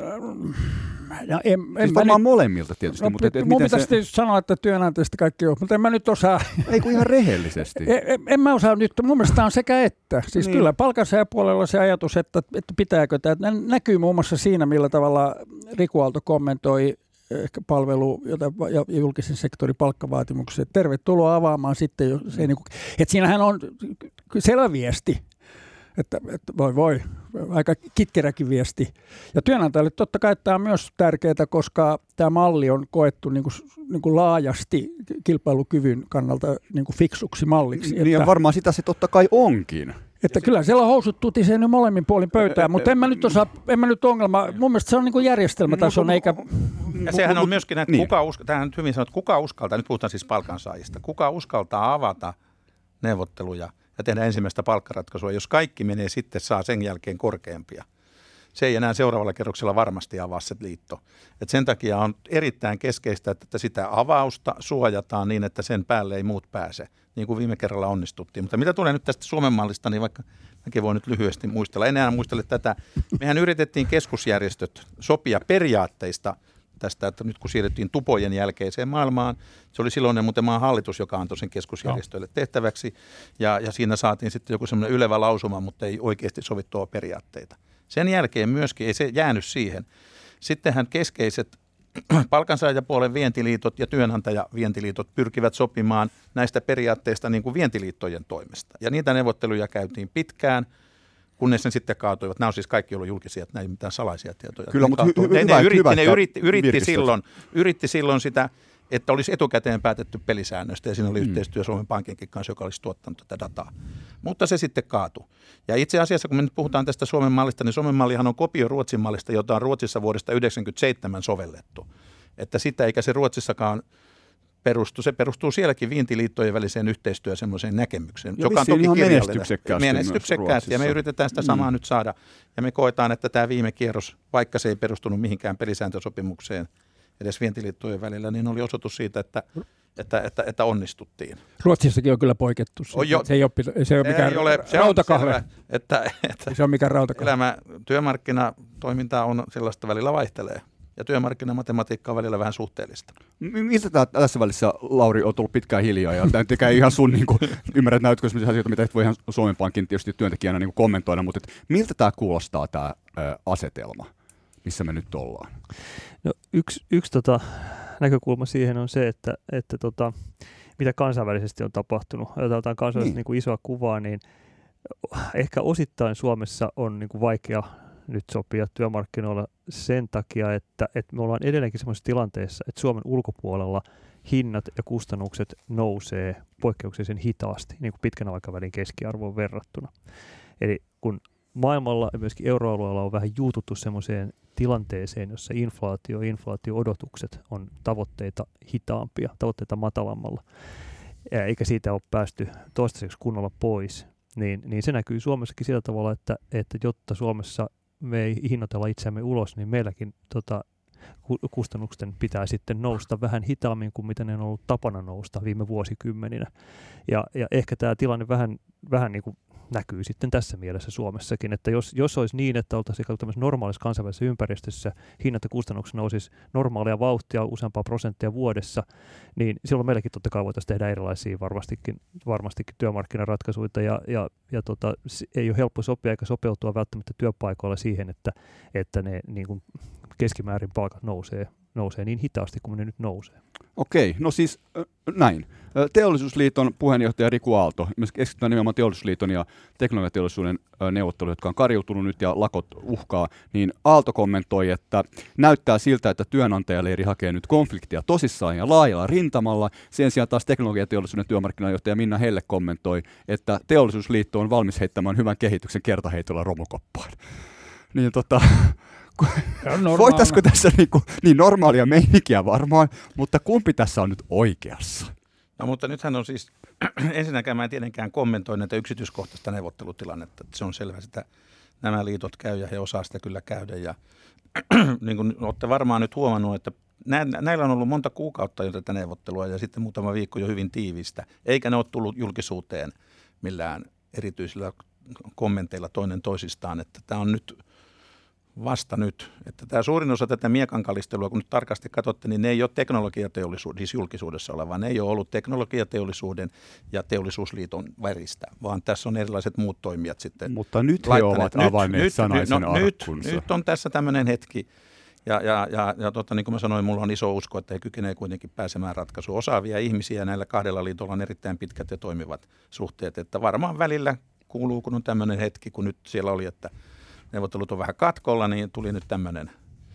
Siis varmaan molemmilta tietysti. Mun pitäisi tietysti sanoa, että työnantajista kaikki on, mutta en mä nyt osaa. Ei kun ihan rehellisesti. En mä osaa nyt, mun mielestä tämä on sekä että. Siis niin. Kyllä palkansaajapuolella se ajatus, että pitääkö tämä, näkyy muun muassa siinä, millä tavalla Riku Aalto kommentoi ehkä palvelu ja julkisen sektorin palkkavaatimukset. Tervetuloa avaamaan sitten, että siinähän on selvä viesti, että voi, aika kitkeräkin viesti. Ja työnantajille totta kai tämä on myös tärkeää, koska tämä malli on koettu niin kuin laajasti kilpailukyvyn kannalta niin kuin fiksuksi malliksi. Niin ja varmaan sitä se totta kai onkin. Että kyllä siellä on housut tutisee nyt molemmin puolin pöytää, mutta en mä nyt ongelma. Mun mielestä se on niin kuin järjestelmätason, eikä. Ja sehän on myöskin, että tähän nyt hyvin sanot, kuka uskaltaa, nyt puhutaan siis palkansaajista, kuka uskaltaa avata neuvotteluja ja tehdä ensimmäistä palkkaratkaisua, jos kaikki menee sitten, saa sen jälkeen korkeampia. Se ei enää seuraavalla kerroksella varmasti avaa se liitto. Et sen takia on erittäin keskeistä, että sitä avausta suojataan niin, että sen päälle ei muut pääse, niin kuin viime kerralla onnistuttiin. Mutta mitä tulee nyt tästä Suomen mallista, niin vaikka mäkin voin nyt lyhyesti muistella. En enää muistele tätä. Mehän yritettiin keskusjärjestöt sopia periaatteista tästä, että nyt kun siirryttiin tupojen jälkeiseen maailmaan, se oli silloinen muuten maan hallitus, joka antoi sen keskusjärjestöille tehtäväksi, ja siinä saatiin sitten joku semmoinen ylevä lausuma, mutta ei oikeasti sovittua periaatteita. Sen jälkeen myöskin ei se jäänyt siihen. Sittenhän keskeiset palkansaajapuolen vientiliitot ja työnantajavientiliitot pyrkivät sopimaan näistä periaatteista niin kuin vientiliittojen toimesta. Ja niitä neuvotteluja käytiin pitkään, kunnes ne sitten kaatuivat. Nämä on siis kaikki ollut julkisia, että nämä ei mitään salaisia tietoja. Kyllä, mutta yritti silloin sitä, että olisi etukäteen päätetty pelisäännöistä ja siinä oli yhteistyö Suomen Pankinkin kanssa, joka olisi tuottanut tätä dataa. Mutta se sitten kaatui. Ja itse asiassa, kun me nyt puhutaan tästä Suomen mallista, niin Suomen mallihan on kopio Ruotsin mallista, jota on Ruotsissa vuodesta 1997 sovellettu. Että sitä eikä se Ruotsissakaan Se perustuu sielläkin vientiliittojen väliseen yhteistyöhön semmoiseen näkemykseen, ja joka on toki ihan menestyksekkäästi. Ja me yritetään sitä samaa nyt saada. Ja me koetaan, että tämä viime kierros, vaikka se ei perustunut mihinkään pelisääntösopimukseen edes vientiliittojen välillä, niin oli osoitus siitä, että onnistuttiin. Ruotsissakin on kyllä poikettu. Se ei ole mikään rautakahve. Se on mikään rautakahve. Elämä työmarkkinatoiminta on sellaista, välillä vaihtelee. Ja työmarkkinamatematiikka on välillä vähän suhteellista. Miltä tässä välissä, Lauri, on tullut pitkään hiljaa, ja tämä ihan sun ymmärrät, näytkö sellaisia asioita, mitä et voi ihan Suomen Pankin tietysti työntekijänä kommentoida, mutta miltä tämä kuulostaa, tämä asetelma, missä me nyt ollaan? No, yksi näkökulma siihen on se, että mitä kansainvälisesti on tapahtunut. Otetaan kansainvälisesti isoa kuvaa, niin ehkä osittain Suomessa on vaikea nyt sopia työmarkkinoilla sen takia, että me ollaan edelleenkin sellaisessa tilanteessa, että Suomen ulkopuolella hinnat ja kustannukset nousee poikkeuksellisen hitaasti niin kuin pitkän aikavälin keskiarvoon verrattuna. Eli kun maailmalla ja myöskin euroalueella on vähän juututtu semmoiseen tilanteeseen, jossa inflaatio-odotukset on tavoitteita hitaampia, tavoitteita matalammalla, eikä siitä ole päästy toistaiseksi kunnolla pois, niin se näkyy Suomessakin sillä tavalla, että jotta Suomessa me ei hinnoitella itseämme ulos, niin meilläkin kustannusten pitää sitten nousta vähän hitaammin kuin mitä ne on ollut tapana nousta viime vuosikymmeninä. Ja ehkä tämä tilanne vähän niin kuin näkyy sitten tässä mielessä Suomessakin, että jos olisi niin, että oltaisiin tämmöisessä normaalissa kansainvälisessä ympäristössä hinnat ja kustannukset nousisi normaalia vauhtia useampaa prosenttia vuodessa, niin silloin meilläkin totta kai voitaisiin tehdä erilaisia varmastikin työmarkkinaratkaisuja ja ei ole helppo sopia eikä sopeutua välttämättä työpaikoilla siihen, että ne niin kuin keskimäärin palkat nousee niin hitaasti kuin ne nyt nousee. Okei, no siis näin. Teollisuusliiton puheenjohtaja Riku Aalto, myös keskitytään nimenomaan Teollisuusliiton ja teknologiateollisuuden neuvotteluja, jotka on kariutunut nyt ja lakot uhkaa, niin Aalto kommentoi, että näyttää siltä, että työnantajaleiri hakee nyt konfliktia tosissaan ja laajalla rintamalla. Sen sijaan taas teknologiateollisuuden työmarkkinajohtaja Minna Helle kommentoi, että Teollisuusliitto on valmis heittämään hyvän kehityksen kertaheitolla romukoppaan. Niin voitaisiko tässä niin normaalia meininkiä varmaan, mutta kumpi tässä on nyt oikeassa? No mutta nythän on siis, ensinnäkään mä en tietenkään kommentoi näitä yksityiskohtaista neuvottelutilannetta. Että se on selvä, että nämä liitot käy ja he osaa sitä kyllä käydä. Ja niin kuin olette varmaan nyt huomannut, että näillä on ollut monta kuukautta jo tätä neuvottelua ja sitten muutama viikko jo hyvin tiivistä. Eikä ne ole tullut julkisuuteen millään erityisillä kommenteilla toinen toisistaan, että tämä on vasta nyt, että tämä suurin osa tätä miekankalistelua, kun nyt tarkasti katsotte, niin ne ei ole teknologiateollisuuden, siis julkisuudessa oleva, ne ei ole ollut teknologiateollisuuden ja teollisuusliiton väristä, vaan tässä on erilaiset muut toimijat sitten. Mutta nyt he ovat avanneet sanaisen arkkunsa. Nyt on tässä tämmöinen hetki, ja niin kuin mä sanoin, mulla on iso usko, että he kykenevät kuitenkin pääsemään ratkaisuun. Osaavia ihmisiä näillä kahdella liitolla on erittäin pitkät ja toimivat suhteet, että varmaan välillä kuuluu, kun on tämmöinen hetki, kun nyt siellä oli, että neuvottelut on vähän katkolla, niin tuli nyt tämmöinen.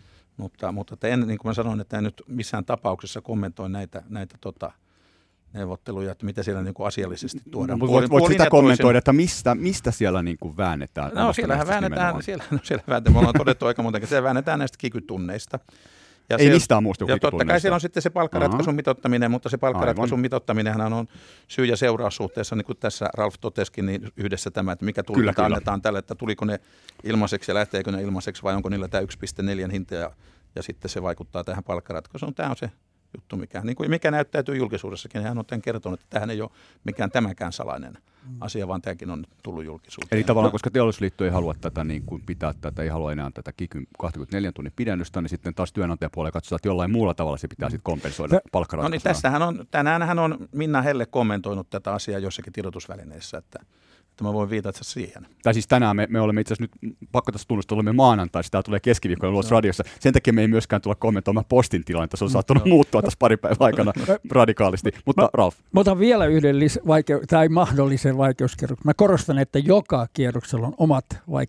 Mutta en, niin kuin mä sanoin, että en nyt missään tapauksessa kommentoi näitä neuvotteluja, että mitä siellä niin kuin asiallisesti tuodaan. Voitko sitä kommentoida, että mistä siellä niin kuin väännetään? No siellähän väännetään, me ollaan todettu aika muutenkin, siellä väännetään näistä kiky-tunneista. Ja ei mistään muusta kuin ja totta kai siellä on sitten se palkkaratkaisun mitottaminen, mutta se palkkaratkaisun mitottaminenhan on syy- ja seuraussuhteessa, niin kuin tässä Ralf totesikin, niin yhdessä tämä, että mikä tulkinta annetaan tälle, että tuliko ne ilmaiseksi ja lähteekö ne ilmaiseksi vai onko niillä tämä 1,4 hinta ja sitten se vaikuttaa tähän palkkaratkaisuun. Tämä on se juttu, mikä näyttäytyy julkisuudessakin. Hän on tämän kertonut, että tämähän ei ole mikään tämäkään salainen asia, vaan tämäkin on tullut julkisuuteen. Eli tavallaan, koska Teollisuusliitto ei halua tätä niin kuin pitää tätä, ei halua enää tätä kikyn 24 tunnin pidennystä, niin sitten taas työnantajapuolella katsotaan, että jollain muulla tavalla se pitää sitten kompensoida palkkaratkaisuna. No niin tänäänhän on Minna Helle kommentoinut tätä asiaa jossakin tiedotusvälineissä, että mä voin viitata siihen. Tai siis tänään me olemme itse asiassa nyt, pakko tässä tunnustaa, olemme maanantaista, tämä tulee keskiviikkoina ulos radiossa. Sen takia me ei myöskään tulla kommentoimaan postin tilannetta, se on saattanut muuttua tässä pari päivän aikana radikaalisti. Mutta Ralf. Mä otan vielä yhden mahdollisen vaikeuskerroksen. Mä korostan, että joka kierroksella on omat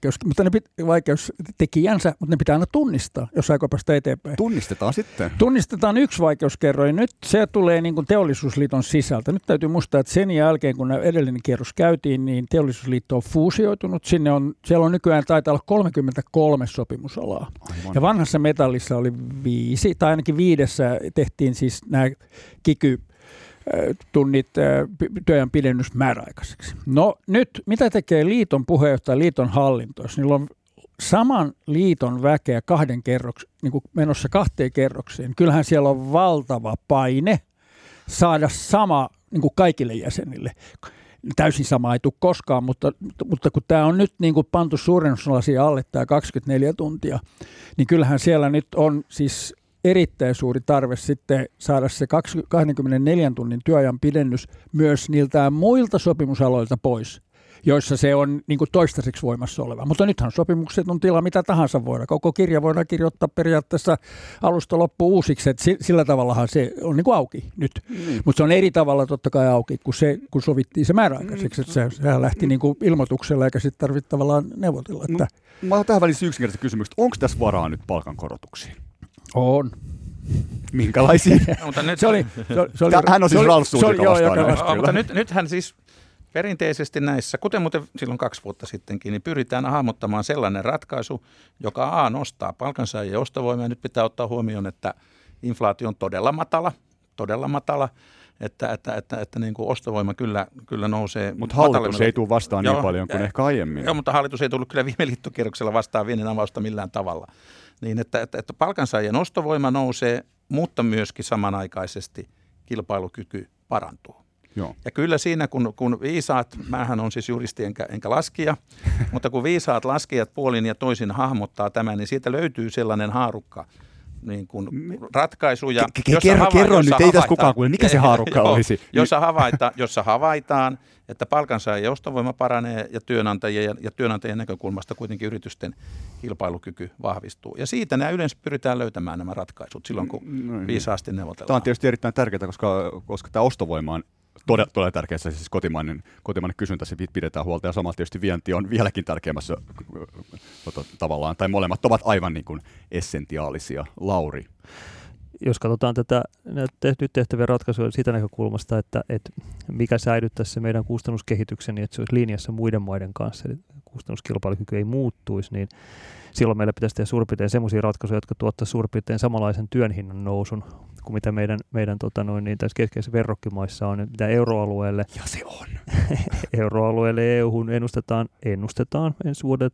vaikeustekijänsä, mutta ne pitää aina tunnistaa, jos aikoo päästä eteenpäin. Tunnistetaan sitten. Tunnistetaan yksi vaikeuskerroin. Nyt se tulee niin kuin Teollisuusliiton sisältä. Nyt täytyy muistaa, että sen jälkeen, kun edellinen kierros käytiin, niin Teollisuusliitto on fuusioitunut. Siellä on nykyään taitaa olla 33 sopimusalaa. Aivan. Ja vanhassa metallissa oli 5, tai ainakin 5 tehtiin siis nämä tunnit työajan pidennys määräaikaiseksi. No nyt, mitä tekee liiton puheenjohtaja, liiton hallinto? Jos niillä on saman liiton väkeä niin kuin menossa 2 kerroksiin, kyllähän siellä on valtava paine saada sama niin kuin kaikille jäsenille. Täysin sama ei tule koskaan, mutta kun tämä on nyt niin kuin pantu suurennuslasia alle tämä 24 tuntia, niin kyllähän siellä nyt on siis erittäin suuri tarve sitten saada se 24 tunnin työajan pidennys myös niiltä muilta sopimusaloilta pois, joissa se on niin kuin toistaiseksi voimassa oleva. Mutta nythän sopimukset on tila mitä tahansa voidaan. Koko kirja voidaan kirjoittaa periaatteessa alusta loppuun uusiksi, että sillä tavallahan se on niin kuin auki nyt. Mutta se on eri tavalla totta kai auki, kun sovittiin se määräaikaiseksi. Sehän lähti niin kuin ilmoituksella eikä sitten tarvitse tavallaan neuvotella. Että mä oon tähän välissä yksinkertaisesti kysymykset. Onko tässä varaa nyt palkankorotuksiin? On. Minkälaisia? Hän on siis Ralf mutta nythän siis perinteisesti näissä, kuten muuten silloin 2 vuotta sittenkin, niin pyritään hahmottamaan sellainen ratkaisu, joka nostaa palkansaajien ostovoimaa. Nyt pitää ottaa huomioon, että inflaatio on todella matala, että niin kuin ostovoima kyllä nousee. Mutta hallitus ei tule vastaan niin paljon kuin ehkä aiemmin. Joo, mutta hallitus ei tullut kyllä viime liittokierroksella vastaan viennin avausta millään tavalla. Niin, että palkansaajien ostovoima nousee, mutta myöskin samanaikaisesti kilpailukyky parantuu. Joo. Ja kyllä siinä, kun viisaat, mähän on siis juristi enkä laskija, mutta kun viisaat laskijat puolin ja toisin hahmottaa tämän, niin siitä löytyy sellainen haarukka niin kuin ratkaisuja. Kerro nyt, ei tässä kukaan kuule, mikä se haarukka olisi? Jossa havaitaan, että palkansaajien ostovoima paranee ja työnantajien näkökulmasta kuitenkin yritysten kilpailukyky vahvistuu. Ja siitä yleensä pyritään löytämään nämä ratkaisut silloin, kun viisaasti neuvotellaan. Tämä on tietysti erittäin tärkeää, koska tämä ostovoima on todella tärkeää, siis kotimainen kysyntä, se pidetään huolta, ja samalla tietysti vienti on vieläkin tärkeämmässä tavallaan, tai molemmat ovat aivan niin kuin essentiaalisia. Lauri. Jos katsotaan tätä nyt tehtäviä ratkaisuja siitä näkökulmasta, että mikä säilyttäisi se meidän kustannuskehityksen, niin että se olisi linjassa muiden maiden kanssa, eli kustannuskilpailukyky ei muuttuisi, niin silloin meillä pitäisi tehdä suurin piirtein sellaisia ratkaisuja, jotka tuottaisivat suurin piirtein samanlaisen työn hinnan nousun kuin mitä meidän tässä keskeisissä verrokkimaissa on, mitä euroalueelle. Ja se on. Euroalueelle EU:hun ennustetaan ensi vuodelle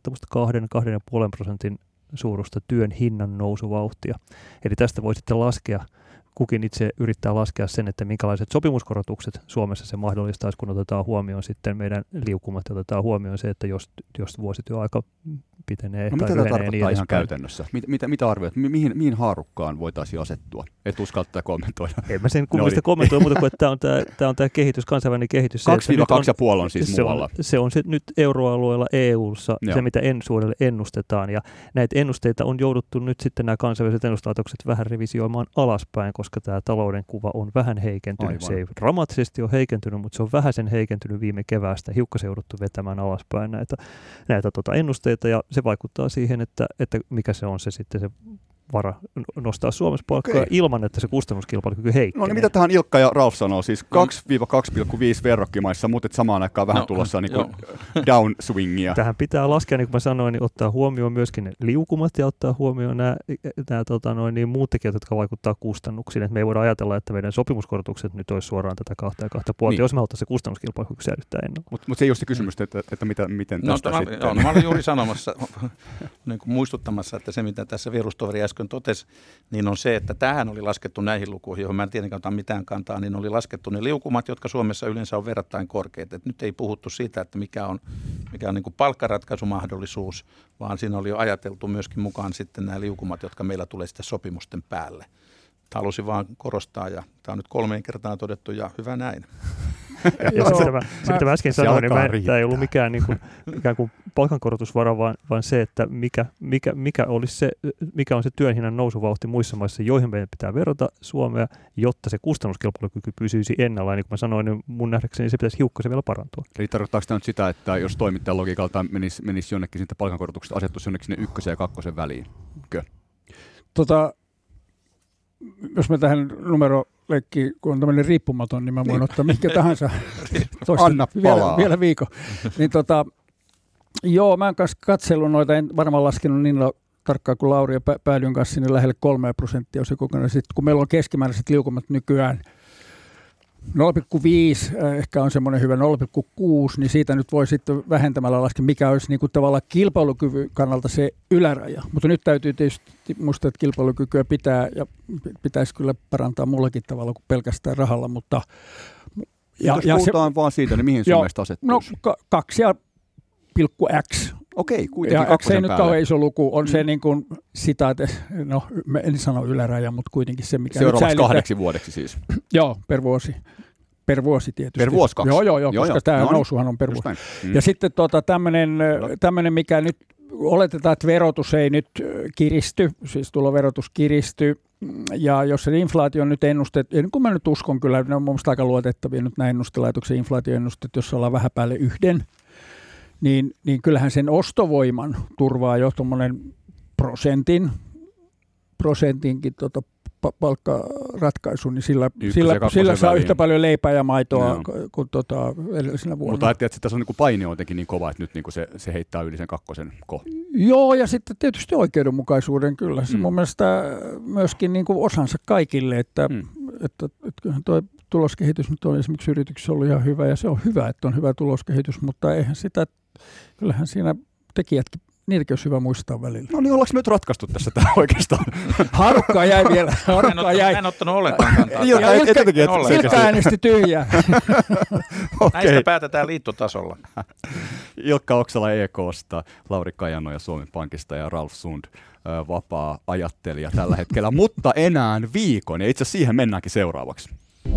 2-2,5% suurusta työn hinnan nousuvauhtia. Eli tästä voi sitten laskea, kukin itse yrittää laskea sen, että minkälaiset sopimuskorotukset Suomessa se mahdollistaisi, kun otetaan huomioon sitten meidän liukumat ja otetaan huomioon se, että jos vuosityöaika pitenee. No mitä tämä tarkoittaa ihan käytännössä? Mitä arvioit? Mihin haarukkaan voitaisiin asettua? Et uskaltaa kommentoida. En mä sen kummallista kommentoida muuta kuin, että tämä on tämä kehitys, kansainvälinen kehitys. 2-2,5 on siis muualla. Se on se nyt euroalueella EU:ssa, se mitä ensi vuodelle ennustetaan. Ja näitä ennusteita on jouduttu nyt sitten nämä kansainväliset ennustuslaitokset vähän revisioimaan alaspäin, koska tämä talouden kuva on vähän heikentynyt. Aivan. Se ei dramaattisesti ole heikentynyt, mutta se on vähän sen heikentynyt viime keväästä. Hiukkasen jouduttu vetämään alaspäin näitä ennusteita, ja se vaikuttaa siihen, että mikä se on se sitten se vara nostaa Suomessa palkkaa ilman, että se kustannuskilpailukyky heikkenee. No niin mitä tähän Ilkka ja Ralf sanoo? Siis 2-2,5 verrokkimaissa, mutta samaan aikaan vähän tulossa niin downswingia. Tähän pitää laskea, niin kuin mä sanoin, niin ottaa huomioon myöskin ne liukumat ja ottaa huomioon nämä muut tekijät, jotka vaikuttaa kustannuksiin. Et me ei voida ajatella, että meidän sopimuskorotukset nyt olisi suoraan tätä 2,5, niin. Jos me haluttaisiin se kustannuskilpailukyky säilyttää ennen. Mutta se ei ole se kysymys, että miten tästä sitten. Mä olin juuri sanomassa, niin kuin muistuttamassa, että se mitä tässä vierustoveri äsken totesi, niin on se, että tähän oli laskettu näihin lukuihin, johon mä en tietenkään ota mitään kantaa, niin oli laskettu ne liukumat, jotka Suomessa yleensä on verrattain korkeat. Et nyt ei puhuttu siitä, että mikä on niin kuin palkkaratkaisumahdollisuus, vaan siinä oli jo ajateltu myöskin mukaan sitten nämä liukumat, jotka meillä tulee sitten sopimusten päälle. Halusin vaan korostaa, ja tämä on nyt 3 kertaa todettu, ja hyvä näin. Ja sitten mä äsken sanoin, niin tämä ei ollut mikään ikään kuin palkankorotusvara, vaan se, että mikä on se työn hinnan nousuvauhti muissa maissa, joihin meidän pitää verrata Suomea, jotta se kustannuskilpailukyky pysyisi ennallaan. Niin kuin mä sanoin, niin mun nähdäkseni se pitäisi hiukkasen vielä parantua. Eli tarkoittaako tämä nyt sitä, että jos toimittajan logiikalta menisi jonnekin, sitten palkankorotukset asettuisi jonnekin sinne 1 ja 2 väliin? Jos me tähän numeroleikkiin, kun on tämmöinen riippumaton, niin mä voin ottaa mikä tahansa Anna palaa. Vielä viikon. Niin joo, mä oon kanssa katsellut noita, en varmaan laskenut niin tarkkaan kuin Lauri, ja päädyin kanssa sinne lähelle 3% on se kokonaan. Sitten kun meillä on keskimääräiset liukumat nykyään 0,5 ehkä on semmoinen hyvä 0,6, niin siitä nyt voi sitten vähentämällä laskea, mikä olisi niin kuin tavallaan kilpailukyvyn kannalta se yläraja. Mutta nyt täytyy tietysti muistaa, että kilpailukykyä pitäisi kyllä parantaa mullakin tavalla kuin pelkästään rahalla. Mutta, jos puhutaan vaan siitä, niin mihin sun mielestä asettuisi? No 2,x. Okei, kuitenkin ja kakkosen se ei nyt päälle. kauhean iso luku, on se niin kuin no en sano yläraja, mutta kuitenkin se, mikä seuraavaksi 8 vuodeksi siis. Joo, per vuosi. Per vuosi tietysti. Per vuosi 2? Joo, koska tämä nousuhan on per vuosi. Ja sitten tämmöinen, mikä nyt oletetaan, että verotus ei nyt kiristy, siis tuloverotus kiristyy, ja jos se inflaatio on nyt ennustettu, ja kun mä nyt uskon kyllä, ne on mun mielestä aika luotettavia nyt nämä ennustelaitoksen inflaatioennustet, jos ollaan vähän päälle 1, niin kyllähän sen ostovoiman turvaa jo tuommoinen prosentinkin palkkaratkaisu, niin sillä saa yhtä paljon leipää ja maitoa kuin edellisenä vuonna. Mutta ajattelin, että tässä on niin paine on jotenkin niin kova, että nyt niin se heittää yli sen 2 Joo, ja sitten tietysti oikeudenmukaisuuden kyllä. Se mun mielestä myöskin niin kuin osansa kaikille, että kyllähän tuo tuloskehitys nyt on esimerkiksi yrityksessä ollut ihan hyvä, ja se on hyvä, että on hyvä tuloskehitys, mutta eihän sitä, kyllähän siinä tekijätkin, niitäkin olisi hyvä muistaa välillä. No niin, ollaanko me nyt ratkaistu tässä tämä oikeastaan? Harukkaa jäi vielä. En ottanut ollenkaan kantaa. Ilkka äänesti tyhjää. Okay. Näistä päätetään liittotasolla. Ilkka Oksala EK:sta, Lauri Kajanoja Suomen Pankista ja Ralf Sund, vapaa ajattelija tällä hetkellä, mutta enää viikon, ja itse asiassa siihen mennäänkin seuraavaksi.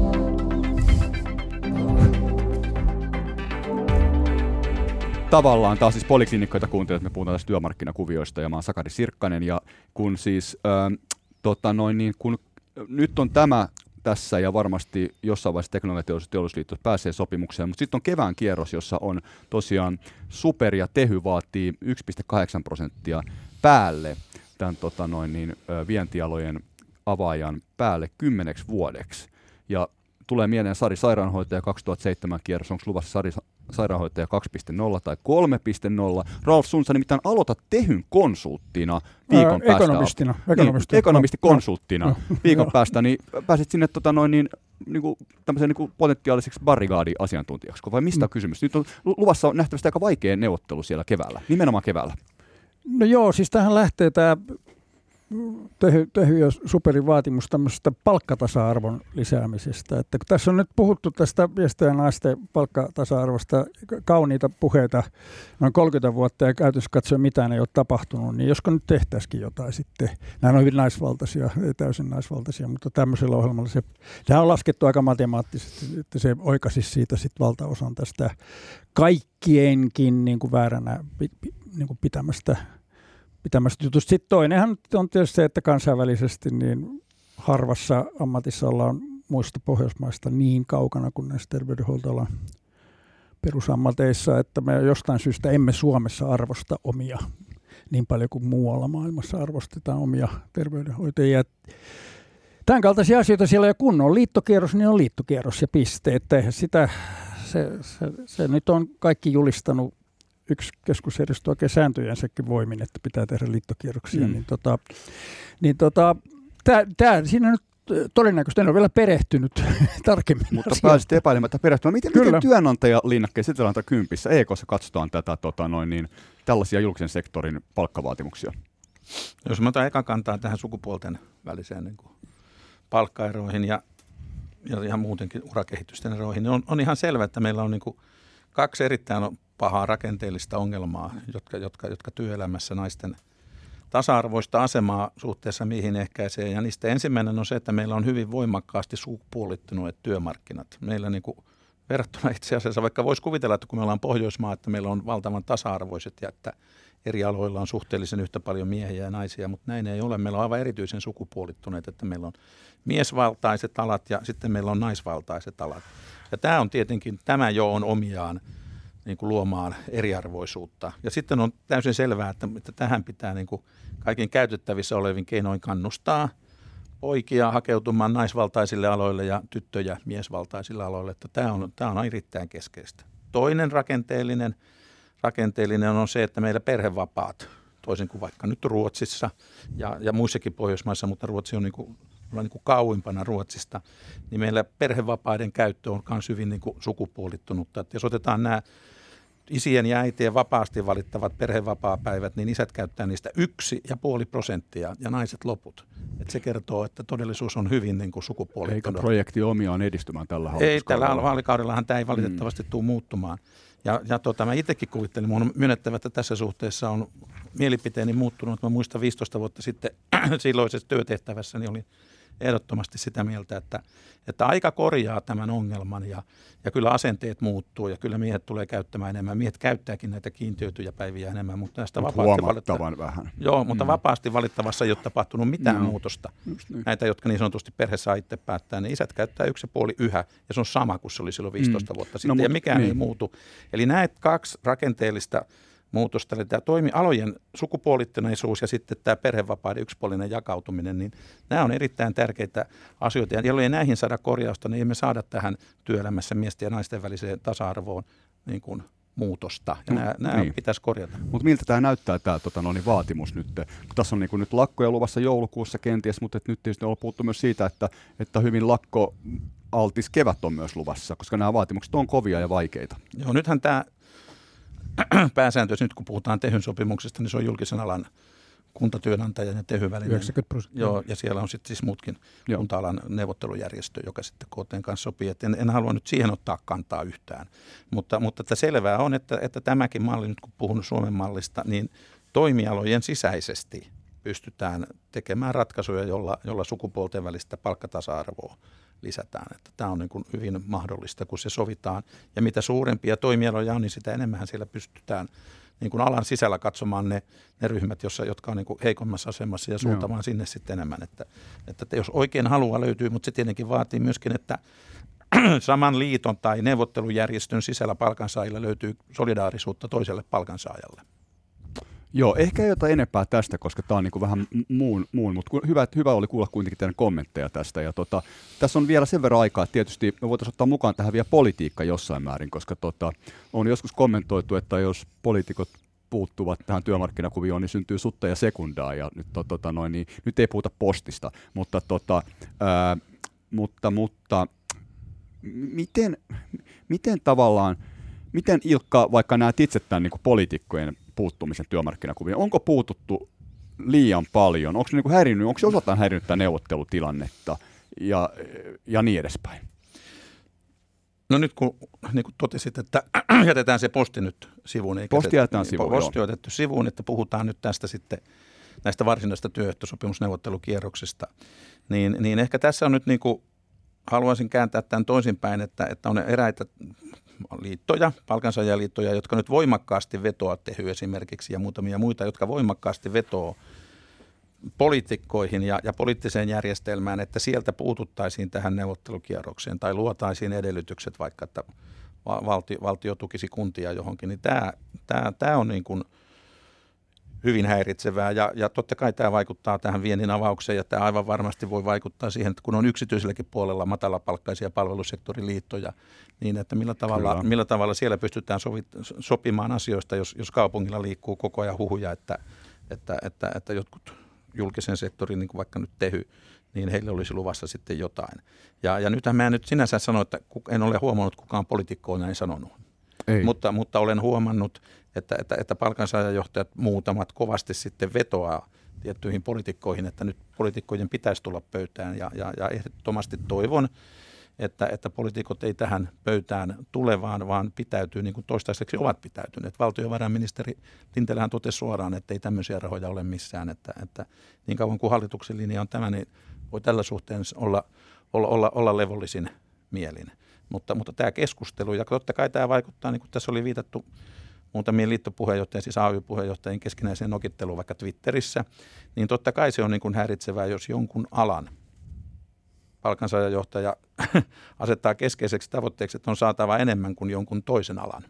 Tavallaan taas siis poliklinikkoita kuuntelee, että me puhutaan tästä työmarkkinakuvioista, ja mä oon Sakari Sirkkanen, ja kun siis kun nyt on tämä tässä, ja varmasti jossain vaiheessa Teknologiateollisuusliitto pääsee sopimukseen, mutta sitten on kevään kierros, jossa on tosiaan Super ja Tehy vaatii 1,8% päälle tämän vientialojen avaajan päälle 10 vuodeksi, ja tulee mieleen Sari Sairaanhoitaja 2007 kierros, onko luvassa Sari Sairaanhoitaja 2.0 tai 3.0. Ralf Sund, sä nimittäin aloitat Tehyn konsulttina viikon päästä. Ekonomistikonsulttina viikon päästä, niin pääset sinne tämmöiseen potentiaaliseksi barrikaadi-asiantuntijaksi. Vai mistä on kysymys? Nyt on luvassa nähtävästi aika vaikea neuvottelu siellä keväällä, nimenomaan keväällä. No joo, siis tähän lähtee tämä Tehy ja Superin vaatimus tämmöisestä palkkatasa-arvon lisäämisestä. Että kun tässä on nyt puhuttu tästä miesten ja naisten palkkatasa-arvosta, kauniita puheita noin 30 vuotta ja käytössä katsoen mitään ei ole tapahtunut, niin josko nyt tehtäisikin jotain sitten. Nämä on hyvin naisvaltaisia, ei täysin naisvaltaisia, mutta tämmöisellä ohjelmalla tämä on laskettu aika matemaattisesti, että se oikaisisi siitä sitten valtaosan tästä kaikkienkin niin kuin vääränä niin kuin pitämästä jutusta. Sitten toinenhan on tietysti se, että kansainvälisesti niin harvassa ammatissa ollaan muista Pohjoismaista niin kaukana kuin näissä terveydenhuoltoalan perusammateissa, että me jostain syystä emme Suomessa arvosta omia niin paljon kuin muualla maailmassa arvostetaan omia terveydenhoitajia. Tämän kaltaisia asioita siellä jo kun on liittokierros, niin on liittokierros ja piste. Että eihän sitä, se nyt on kaikki julistanut yksi keskusjärjestö oikein sääntöjensäkin voimin, että pitää tehdä liittokierroksia, tämä siinä nyt todennäköisesti en ole vielä perehtynyt tarkemmin. Mutta pääsit epäilemättä perehtymään. Miten työnantajalinnakkeessa Etelä-Anta Kympissä EK:ssa katsotaan tätä tällaisia julkisen sektorin palkkavaatimuksia? Jos mä otan eka kantaa tähän sukupuolten väliseen niin kuin palkkaeroihin ja ihan muutenkin urakehitysten eroihin, niin on ihan selvä, että meillä on niin kuin 2 erittäin pahaa rakenteellista ongelmaa, jotka työelämässä naisten tasa-arvoista asemaa suhteessa mihin ehkäisee. Ja niistä ensimmäinen on se, että meillä on hyvin voimakkaasti sukupuolittuneet työmarkkinat. Meillä niin kuin verrattuna itse asiassa, vaikka voisi kuvitella, että kun me ollaan Pohjoismaa, että meillä on valtavan tasa-arvoiset ja että eri aloilla on suhteellisen yhtä paljon miehiä ja naisia, mutta näin ei ole. Meillä on aivan erityisen sukupuolittuneet, että meillä on miesvaltaiset alat ja sitten meillä on naisvaltaiset alat. Ja tämä jo on omiaan niin kuin luomaan eriarvoisuutta. Ja sitten on täysin selvää, että tähän pitää niin kuin kaikin käytettävissä olevin keinoin kannustaa poikia hakeutumaan naisvaltaisille aloille ja tyttöjä miesvaltaisille aloille. Että tämä on erittäin keskeistä. Toinen rakenteellinen on se, että meillä perhevapaat, toisin kuin vaikka nyt Ruotsissa ja muissakin Pohjoismaissa, mutta Ruotsi on niin kuin ollaan niin kuin kauimpana Ruotsista, niin meillä perhevapaiden käyttö on myös hyvin niin kuin sukupuolittunutta. Että jos otetaan nämä isien ja äitien vapaasti valittavat perhevapaapäivät, niin isät käyttää niistä 1,5% ja naiset loput. Et se kertoo, että todellisuus on hyvin niin kuin sukupuolittunut. Eikä projekti omiaan edistymään tällä hallituskaudella? Ei, tällä vaalikaudellahan tämä ei valitettavasti tule muuttumaan. Ja mä itsekin kuvittelin, minun on myönnettävä, että tässä suhteessa on mielipiteeni muuttunut. Mä muistan 15 vuotta sitten silloisessa työtehtävässä, niin olin ehdottomasti sitä mieltä, että aika korjaa tämän ongelman ja kyllä asenteet muuttuu ja kyllä miehet tulee käyttämään enemmän. Miehet käyttääkin näitä kiintiöityjä päiviä enemmän, mutta näistä huomattavan vähän. Joo, mutta vapaasti valittavassa ei ole tapahtunut mitään muutosta. Niin. Näitä, jotka niin sanotusti perhe saa itse päättää, niin isät käyttää 1,5 yhä ja se on sama kuin se oli silloin 15 vuotta sitten ja mikään ei muutu. Eli näet 2 rakenteellista muutosta, eli tämä toimialojen sukupuolittuneisuus ja sitten tämä perhevapaiden yksipuolinen jakautuminen, niin nämä on erittäin tärkeitä asioita. Ja jollei näihin saada korjausta, niin emme saada tähän työelämässä miesten ja naisten väliseen tasa-arvoon niin kuin muutosta. Ja nämä pitäisi korjata. Mutta miltä tämä näyttää, tämä vaatimus nyt? Tässä on nyt lakkoja luvassa joulukuussa kenties, mutta nyt tietysti on puhuttu myös siitä, että hyvin lakkoaltis kevät on myös luvassa, koska nämä vaatimukset on kovia ja vaikeita. Joo, nythän tämä pääsääntöisesti, nyt kun puhutaan Tehyn sopimuksesta, niin se on julkisen alan kuntatyönantajan ja Tehyn välinen. 90%. Joo, ja siellä on sitten siis muutkin kunta-alan neuvottelujärjestö, joka sitten KT:n kanssa sopii. Et en halua nyt siihen ottaa kantaa yhtään. Mutta että selvää on, että tämäkin malli, nyt kun puhun Suomen mallista, niin toimialojen sisäisesti pystytään tekemään ratkaisuja, jolla sukupuolten välistä palkkatasa-arvoa lisätään. Että tämä on niin kuin hyvin mahdollista, kun se sovitaan. Ja mitä suurempia toimialoja on, niin sitä enemmän siellä pystytään niin kuin alan sisällä katsomaan ne ryhmät, jotka on niin kuin heikommassa asemassa ja suuntamaan sinne sitten enemmän. Että jos oikein halua löytyy, mutta se tietenkin vaatii myöskin, että saman liiton tai neuvottelujärjestön sisällä palkansaajilla löytyy solidaarisuutta toiselle palkansaajalle. Joo, ehkä ei jotain enempää tästä, koska tämä on niin kuin vähän muun, mutta hyvä oli kuulla kuitenkin teidän kommentteja tästä. Ja tässä on vielä sen verran aikaa, että tietysti me voitaisiin ottaa mukaan tähän vielä politiikka jossain määrin, koska on joskus kommentoitu, että jos poliitikot puuttuvat tähän työmarkkinakuvioon, niin syntyy sutta ja sekundaa, ja nyt, niin, nyt ei puhuta postista, mutta miten tavallaan, miten Ilkka, vaikka näet itse tämän niin kuin poliitikkojen puuttumisen työmarkkinakuvioon, onko puututtu liian paljon, onko se niin kuin häirinnyt, onko se osaltaan häirinnyt tämä neuvottelutilannetta ja niin edespäin? No nyt kun niin kuin totesit, että jätetään se posti nyt sivuun. Posti jätetään sivuun, Posti on jätetty sivuun, että puhutaan nyt tästä sitten näistä varsinaisista työehtosopimusneuvottelukierroksesta. Niin ehkä tässä on nyt niin kuin, haluaisin kääntää tämän toisinpäin, että on eräitä liittoja, palkansaajaliittoja, jotka nyt voimakkaasti vetoaa Tehy esimerkiksi ja muutamia muita, jotka voimakkaasti vetoo poliitikkoihin ja poliittiseen järjestelmään, että sieltä puututtaisiin tähän neuvottelukierrokseen tai luotaisiin edellytykset vaikka, että valtio tukisi kuntia johonkin, niin tämä on niin kuin hyvin häiritsevää ja totta kai tämä vaikuttaa tähän viennin avaukseen ja tämä aivan varmasti voi vaikuttaa siihen, että kun on yksityiselläkin puolella matalapalkkaisia palvelusektoriliittoja, niin että millä tavalla siellä pystytään sopimaan asioista, jos kaupungilla liikkuu koko ajan huhuja, että jotkut julkisen sektorin, niin kuin vaikka nyt Tehy, niin heille olisi luvassa sitten jotain. Ja nythän mä en nyt sinänsä sano, että en ole huomannut, kukaan poliitikko on näin sanonut. Mutta olen huomannut, että palkansaajajohtajat muutamat kovasti sitten vetoaa tiettyihin poliitikkoihin, että nyt poliitikkojen pitäisi tulla pöytään ja ehdottomasti toivon, että poliitikot ei tähän pöytään tule, vaan pitäytyy niin kuin toistaiseksi ovat pitäytyneet. Valtiovarainministeri Lintilä totesi suoraan, että ei tämmöisiä rahoja ole missään, että niin kauan kuin hallituksen linja on tämä, niin voi tällä suhteen olla levollisin mielin. Mutta tämä keskustelu, ja totta kai tämä vaikuttaa, niin kuin tässä oli viitattu muutamien liittopuheenjohtajien, siis AY-puheenjohtajien keskinäiseen nokitteluun vaikka Twitterissä, niin totta kai se on niin kuin häiritsevää, jos jonkun alan palkansaajajohtaja asettaa keskeiseksi tavoitteeksi, että on saatava enemmän kuin jonkun toisen alan.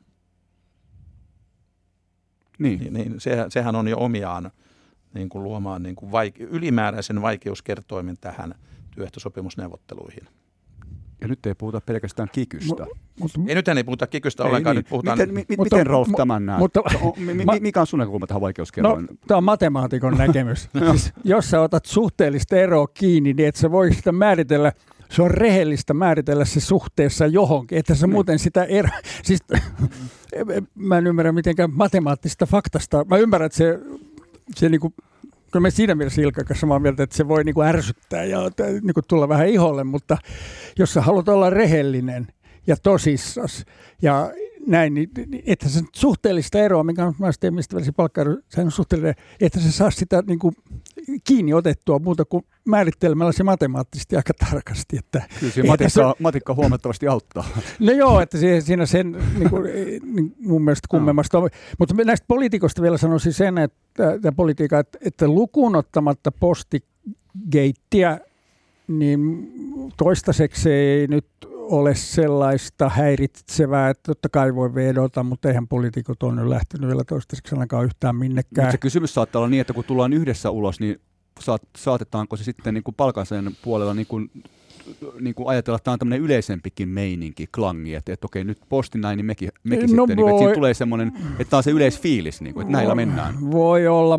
Niin sehän on jo omiaan niin kuin luomaan niin kuin ylimääräisen vaikeuskertoimen tähän työehtosopimusneuvotteluihin. Ja nyt ei puhuta pelkästään kikystä. Nythän ei puhuta kikystä ollenkaan, niin. nyt puhutaan... Miten Rolf tämän näet? Mikä on sun näkökulma tähän vaikeuskerroin? No, tämä on matemaatikon näkemys. Siis, jos sä otat suhteellista eroa kiinni, niin et sä voi sitä määritellä, se on rehellistä määritellä se suhteessa johonkin, että sä muuten sitä siis, mä en ymmärrä mitenkään matemaattista faktasta. Mä ymmärrän, että se niinku, kyllä me siinä mielessä Ilkan kanssa samaa mieltä, että se voi niinku ärsyttää ja niinku tulla vähän iholle, mutta jos sä haluat olla rehellinen ja tosissas ja näin, niin että se suhteellista eroa, minkä on mistä välisen palkkaero, sehän on suhteellinen, että se saa sitä niinku kiinni otettua muuta kuin määrittelemällä se matemaattisesti aika tarkasti. Että, kyllä se matikka huomattavasti auttaa. No joo, että siinä sen niin mun mielestä kummemmasta on. Mutta näistä poliitikoista vielä sanoisin sen, että lukuun ottamatta postigeittiä, niin toistaiseksi ei nyt ole sellaista häiritsevää, että totta kai voi vedota, mutta eihän poliitikot ole nyt lähtenyt vielä toistaiseksi ainakaan yhtään minnekään. Mutta se kysymys saattaa olla niin, että kun tullaan yhdessä ulos, niin saatetaanko se sitten niin kuin palkansaajan puolella niin kuin ajatella, että tämä on tämmöinen yleisempikin meininki, klangi, että okei, nyt posti näin, niin mekin sitten, niin, että siinä tulee semmoinen, että tämä on se yleisfiilis, niin kuin, että näillä mennään. Voi olla.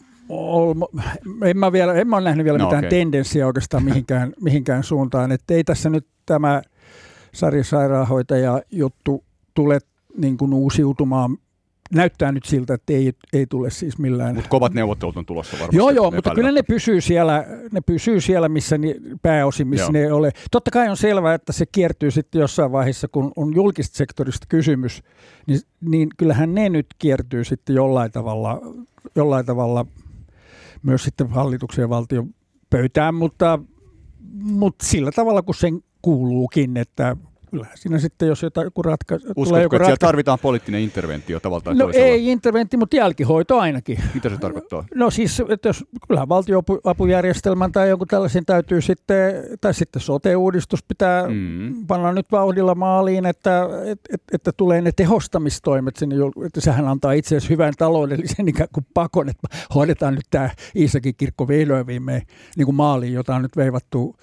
En mä ole nähnyt vielä mitään tendenssiä oikeastaan mihinkään suuntaan, että ei tässä nyt tämä Sari Sairaanhoitaja juttu tule niin kuin uusiutumaan. Näyttää nyt siltä, että ei tule siis millään. Mutta kovat neuvottelut on tulossa varmasti. Joo, mutta kyllä ne pysyy siellä missä pääosin, missä ne ole. Totta kai on selvää, että se kiertyy sitten jossain vaiheessa, kun on julkista sektorista kysymys, niin kyllähän ne nyt kiertyy sitten jollain tavalla myös sitten hallituksen ja valtion pöytään, mutta sillä tavalla, kun sen kuuluukin, että kyllähän siinä sitten, jos joku ratkaisu... Uskotko, että siellä tarvitaan poliittinen interventio tavalla tai toisella? Ei interventio, mutta jälkihoito ainakin. Mitä se tarkoittaa? No siis, että jos kyllähän valtio-apujärjestelmän tai jonkun tällaisen täytyy sitten, tai sitten sote-uudistus pitää panna nyt vauhdilla maaliin, että tulee ne tehostamistoimet sinne, että sehän antaa itse asiassa hyvän taloudellisen ikään kuin pakon, että hoidetaan nyt tämä Iisakin kirkko vihdoin viimein niin kuin maaliin, jota on nyt veivattu,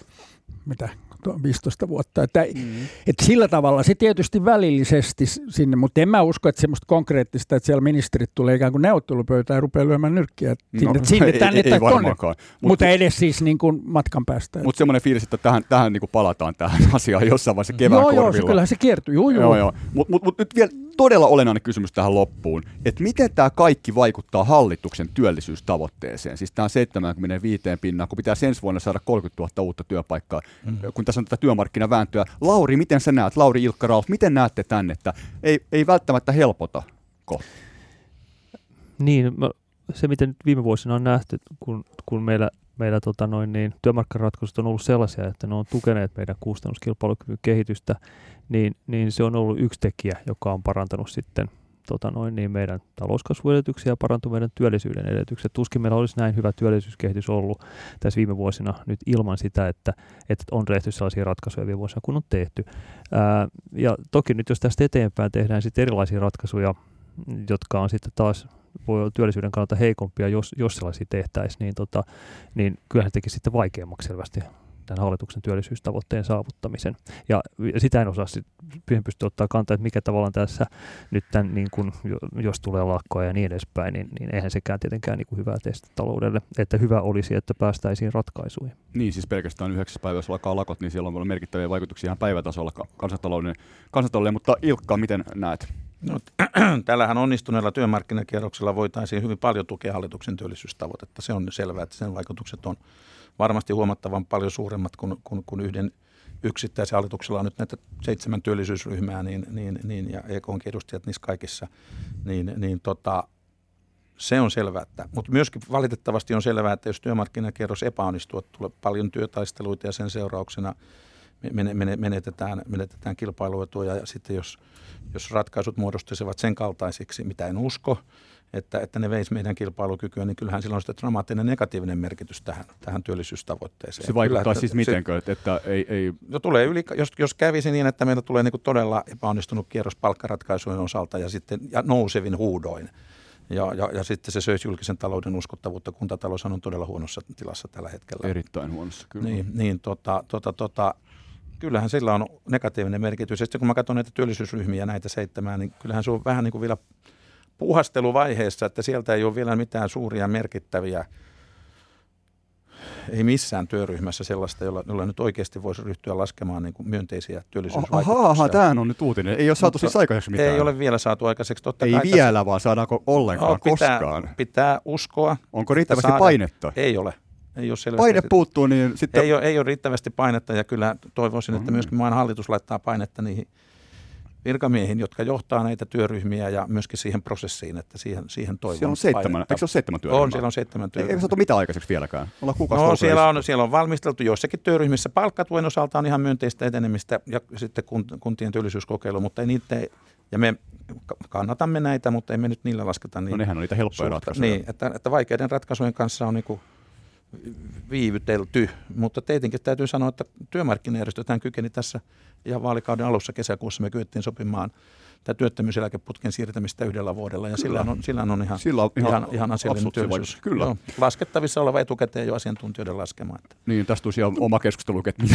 15 vuotta. Että sillä tavalla se tietysti välillisesti sinne, mutta en mä usko, että semmoista konkreettista, että siellä ministerit tulee ikään kuin neuvottelupöytään ja rupeaa lyömään nyrkkiä sinne, tänne tai tonne. Mutta edes siis niin kuin matkan päästä. Mutta semmoinen fiilis, että tähän niin kuin palataan tähän asiaan jossain vaiheessa kevään korvilla. Joo, kyllähän se kiertyy. Joo. Mutta nyt vielä todella olennainen kysymys tähän loppuun, että miten tämä kaikki vaikuttaa hallituksen työllisyystavoitteeseen, siis tämä 75%, kun pitäisi ensi vuonna saada 30 000 uutta työpaikkaa, kun tässä on tätä työmarkkinavääntöä. Lauri, miten sä näet, Lauri, Ilkka, Ralf, miten näette tämän, että ei välttämättä helpotako? Niin, se miten nyt viime vuosina on nähty, kun meillä työmarkkinaratkaisut on ollut sellaisia, että ne on tukeneet meidän kustannuskilpailukyvyn kehitystä, niin se on ollut yksi tekijä, joka on parantanut sitten meidän talouskasvuedellytyksiä ja parantunut meidän työllisyyden edellytykset. Tuskin meillä olisi näin hyvä työllisyyskehitys ollut tässä viime vuosina nyt ilman sitä, että on tehty sellaisia ratkaisuja viime vuosina, kun on tehty. Ja toki nyt jos tästä eteenpäin tehdään sitten erilaisia ratkaisuja, jotka on sitten taas voi olla työllisyyden kannalta heikompia, jos sellaisia tehtäisiin, niin kyllähän se tekisi sitten vaikeammaksi selvästi tämän hallituksen työllisyystavoitteen saavuttamisen. Ja sitä en osaa pystyä ottaa kantaa, että mikä tavallaan tässä nyt tämän, niin kun, jos tulee lakkoa ja niin edespäin, niin eihän sekään tietenkään niin kuin hyvää testi taloudelle, että hyvä olisi, että päästäisiin ratkaisuihin. Niin, siis pelkästään 9 päivässä alkaa lakot, niin siellä on merkittäviä vaikutuksia ihan päivätasolla kansantaloudelle, mutta Ilkka, miten näet? No, tällähän onnistuneella työmarkkinakierroksella voitaisiin hyvin paljon tukea hallituksen työllisyystavoitetta. Se on selvää, että sen vaikutukset on varmasti huomattavan paljon suuremmat kuin yhden yksittäisen hallituksella on nyt näitä 7 työllisyysryhmää ja EK:nkin edustajat niissä kaikissa, se on selvää. Mutta myöskin valitettavasti on selvää, että jos työmarkkinakierros epäonnistuu, tulee paljon työtaisteluita ja sen seurauksena menetetään kilpailuetua ja sitten jos ratkaisut muodostuisivat sen kaltaisiksi, mitä en usko, että ne veisi meidän kilpailukykyä, niin kyllähän sillä on sitten dramaattinen negatiivinen merkitys tähän työllisyystavoitteeseen. Se vaikuttaa siis mitenkö, että ei... No tulee jos kävisi niin, että meillä tulee niin todella epäonnistunut kierros palkkaratkaisujen osalta ja nousevin huudoin, ja sitten se söisi julkisen talouden uskottavuutta. Kuntatalous on todella huonossa tilassa tällä hetkellä. Erittäin huonossa, kyllä. kyllähän sillä on negatiivinen merkitys. Ja sitten kun mä katson näitä työllisyysryhmiä, näitä 7, niin kyllähän se on vähän niin kuin vielä puuhasteluvaiheessa, että sieltä ei ole vielä mitään suuria merkittäviä, ei missään työryhmässä sellaista, jolla nyt oikeasti voisi ryhtyä laskemaan niin kuin myönteisiä työllisyysvaikutuksia. Tämähän on nyt uutinen. Ei ole saatu siis aikaiseksi mitään. Ei ole vielä saatu aikaiseksi. Totta ei kai vielä, vaan saadaanko ollenkaan koskaan? Pitää uskoa. Onko riittävästi painetta? Ei ole. Ei ole selvästi. Paine puuttuu, niin sitten... Ei ole riittävästi painetta, ja kyllä toivoisin, että myöskin maan hallitus laittaa painetta niihin virkamiehiin, jotka johtaa näitä työryhmiä ja myöskin siihen prosessiin, että siihen toivon. Siellä on 7, eikö se ole 7 työryhmää? On, siellä on 7 työryhmää. Ei saatu mitään aikaiseksi vieläkään. Siellä on valmisteltu joissakin työryhmissä. Palkkatuen osalta on ihan myönteistä etenemistä ja sitten kuntien työllisyyskokeilu, mutta ei niitä... Ja me kannatamme näitä, mutta emme nyt niillä lasketa niin. No nehän on niitä helppoja ratkaisuja. Niin, että vaikeiden ratkaisujen kanssa on niin viivytelty, mutta tietenkin täytyy sanoa, että työmarkkinajärjestöthän kykeni tässä ihan vaalikauden alussa kesäkuussa me kyettiin sopimaan tämä työttömyyseläkeputken siirtämistä 1 vuodella, ja sillä on ihan asiallinen työllisyys. Kyllä. Joo, laskettavissa oleva etukäteen jo asiantuntijoiden laskemaan. Niin, tästä tuli oma keskustelu, että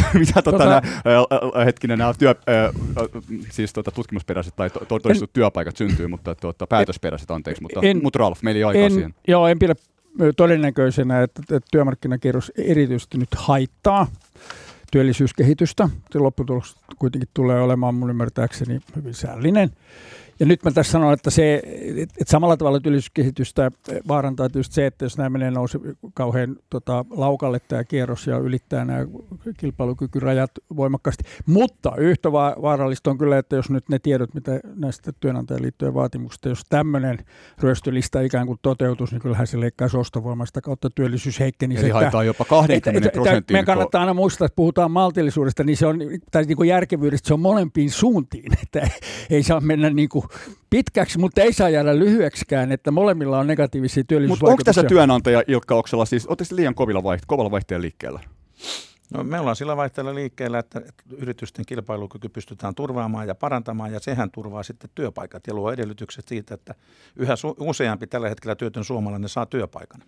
mitä nämä tutkimusperäiset tai todistut työpaikat syntyy, mutta päätösperäiset, anteeksi, mutta Ralf, meillä ei aikaa siihen. Joo, en pidä todennäköisenä, että työmarkkinakierros erityisesti nyt haittaa työllisyyskehitystä. Se lopputulos kuitenkin tulee olemaan mun ymmärtääkseni hyvin säällinen. Ja nyt mä tässä sanon, että samalla tavalla työllisyyskehitystä vaarantaa tietysti se, että jos nämä menee kauhean laukalle tämä kierros ja ylittää nämä kilpailukykyrajat voimakkaasti. Mutta yhtä vaarallista on kyllä, että jos nyt ne tiedot, mitä näistä työnantajaliittojen vaatimuksista, jos tämmöinen ryöstölista ikään kuin toteutus, niin kyllähän se leikkaisi ostovoimasta kautta työllisyys heikkeni. Eli haittaa jopa 20%. Meidän kannattaa aina muistaa, että puhutaan maltillisuudesta, niin se on, tai niin kuin järkevyydestä, se on molempiin suuntiin, että ei saa mennä niin kuin pitkäksi, mutta ei saa jäädä lyhyeksikään, että molemmilla on negatiivisia työllisyysvaikutuksia. Mutta onko tässä työnantaja Ilkka Oksala, siis oletteko liian kovalla vaihteen liikkeellä? No, me ollaan sillä vaihteella liikkeellä, että yritysten kilpailukyky pystytään turvaamaan ja parantamaan, ja sehän turvaa sitten työpaikat ja luo edellytykset siitä, että yhä useampi tällä hetkellä työtön suomalainen saa työpaikan.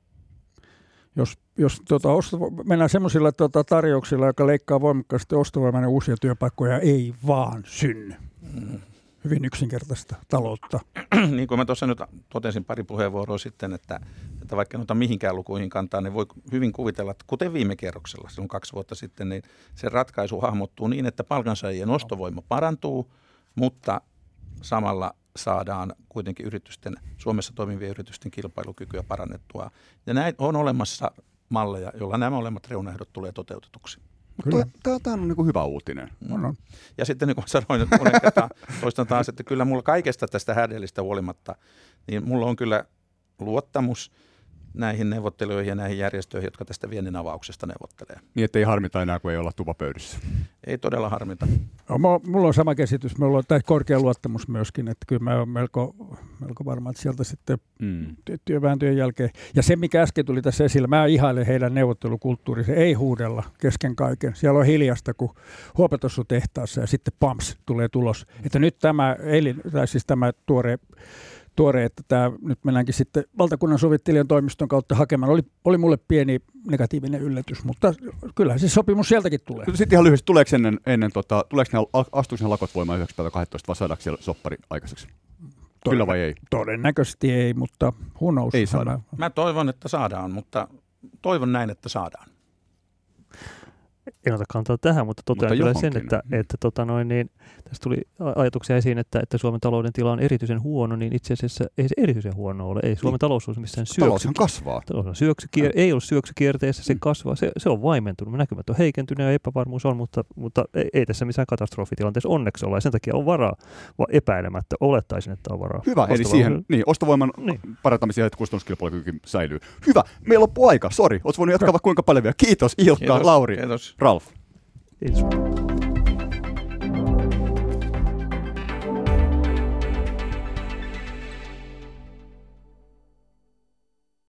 Jos mennään semmoisilla tarjouksilla, joka leikkaa voimakkaasti ostovoiman ja uusia työpaikkoja, ei vaan synny. Hyvin yksinkertaista taloutta. Niin kuin mä tuossa nyt totesin pari puheenvuoroa sitten, että vaikka en ota mihinkään lukuihin kantaa, niin voi hyvin kuvitella, että kuten viime kierroksella, silloin 2 vuotta sitten, niin se ratkaisu hahmottuu niin, että palkansaajien ostovoima parantuu, mutta samalla saadaan kuitenkin Suomessa toimivien yritysten kilpailukykyä parannettua. Ja näin on olemassa malleja, joilla nämä molemmat reunaehdot tulee toteutetuksi. Tämä on niin kuin hyvä uutinen. Ja sitten niin kuin sanoin, toistan taas, että kyllä mulla kaikesta tästä hädellistä huolimatta, niin mulla on kyllä luottamus näihin neuvottelijoihin ja näihin järjestöihin, jotka tästä viennin avauksesta neuvottelee. Niin, ettei harmita enää, kun ei olla tupapöydissä. Ei todella harmita. Mulla on sama käsitys, mulla on korkea luottamus myöskin, että kyllä mä olen melko varma, että sieltä sitten työvääntöjen jälkeen. Ja se, mikä äsken tuli tässä esille, mä ihailen heidän neuvottelukulttuuri, se ei huudella kesken kaiken. Siellä on hiljasta kuin huopatossutehtaassa ja sitten pams, tulee tulos. Että nyt tämä tuore, että tämä nyt mennäänkin sitten valtakunnan sovittelijan toimiston kautta hakemaan. Oli mulle pieni negatiivinen yllätys, mutta kyllähän se sopimus sieltäkin tulee. Sitten ihan lyhyesti, tuleeko ne astuisen lakot voimaan 9.12 vai saadaanko siellä soppari aikaiseksi? Kyllä vai ei? Todennäköisesti ei, mutta who knows. Ei saada. Mä toivon, että saadaan, mutta toivon näin, että saadaan. En ota kantaa tähän, mutta totean kyllä sen, että tässä tuli ajatuksia esiin, että Suomen talouden tila on erityisen huono, niin itse asiassa ei se erityisen huono ole. Ei Suomen talous ole missään Taloushan kasvaa. Ei ole syöksykierteessä, se kasvaa. Se on vaimentunut. Näkymät on heikentynyt ja epävarmuus on, mutta ei tässä missään katastrofitilanteessa onneksi ole. Sen takia on varaa, epäilemättä olettaisin, että on varaa. Hyvä, eli siihen ostovoiman parantamiseen ja kustannuskilpailukyky säilyy. Hyvä, meillä loppuu aika. Sori, oletko voinut jatkaa kuinka paljon vielä. Kiitos Ilkka, Lauri, Kiitos. Ralf. Kiitos.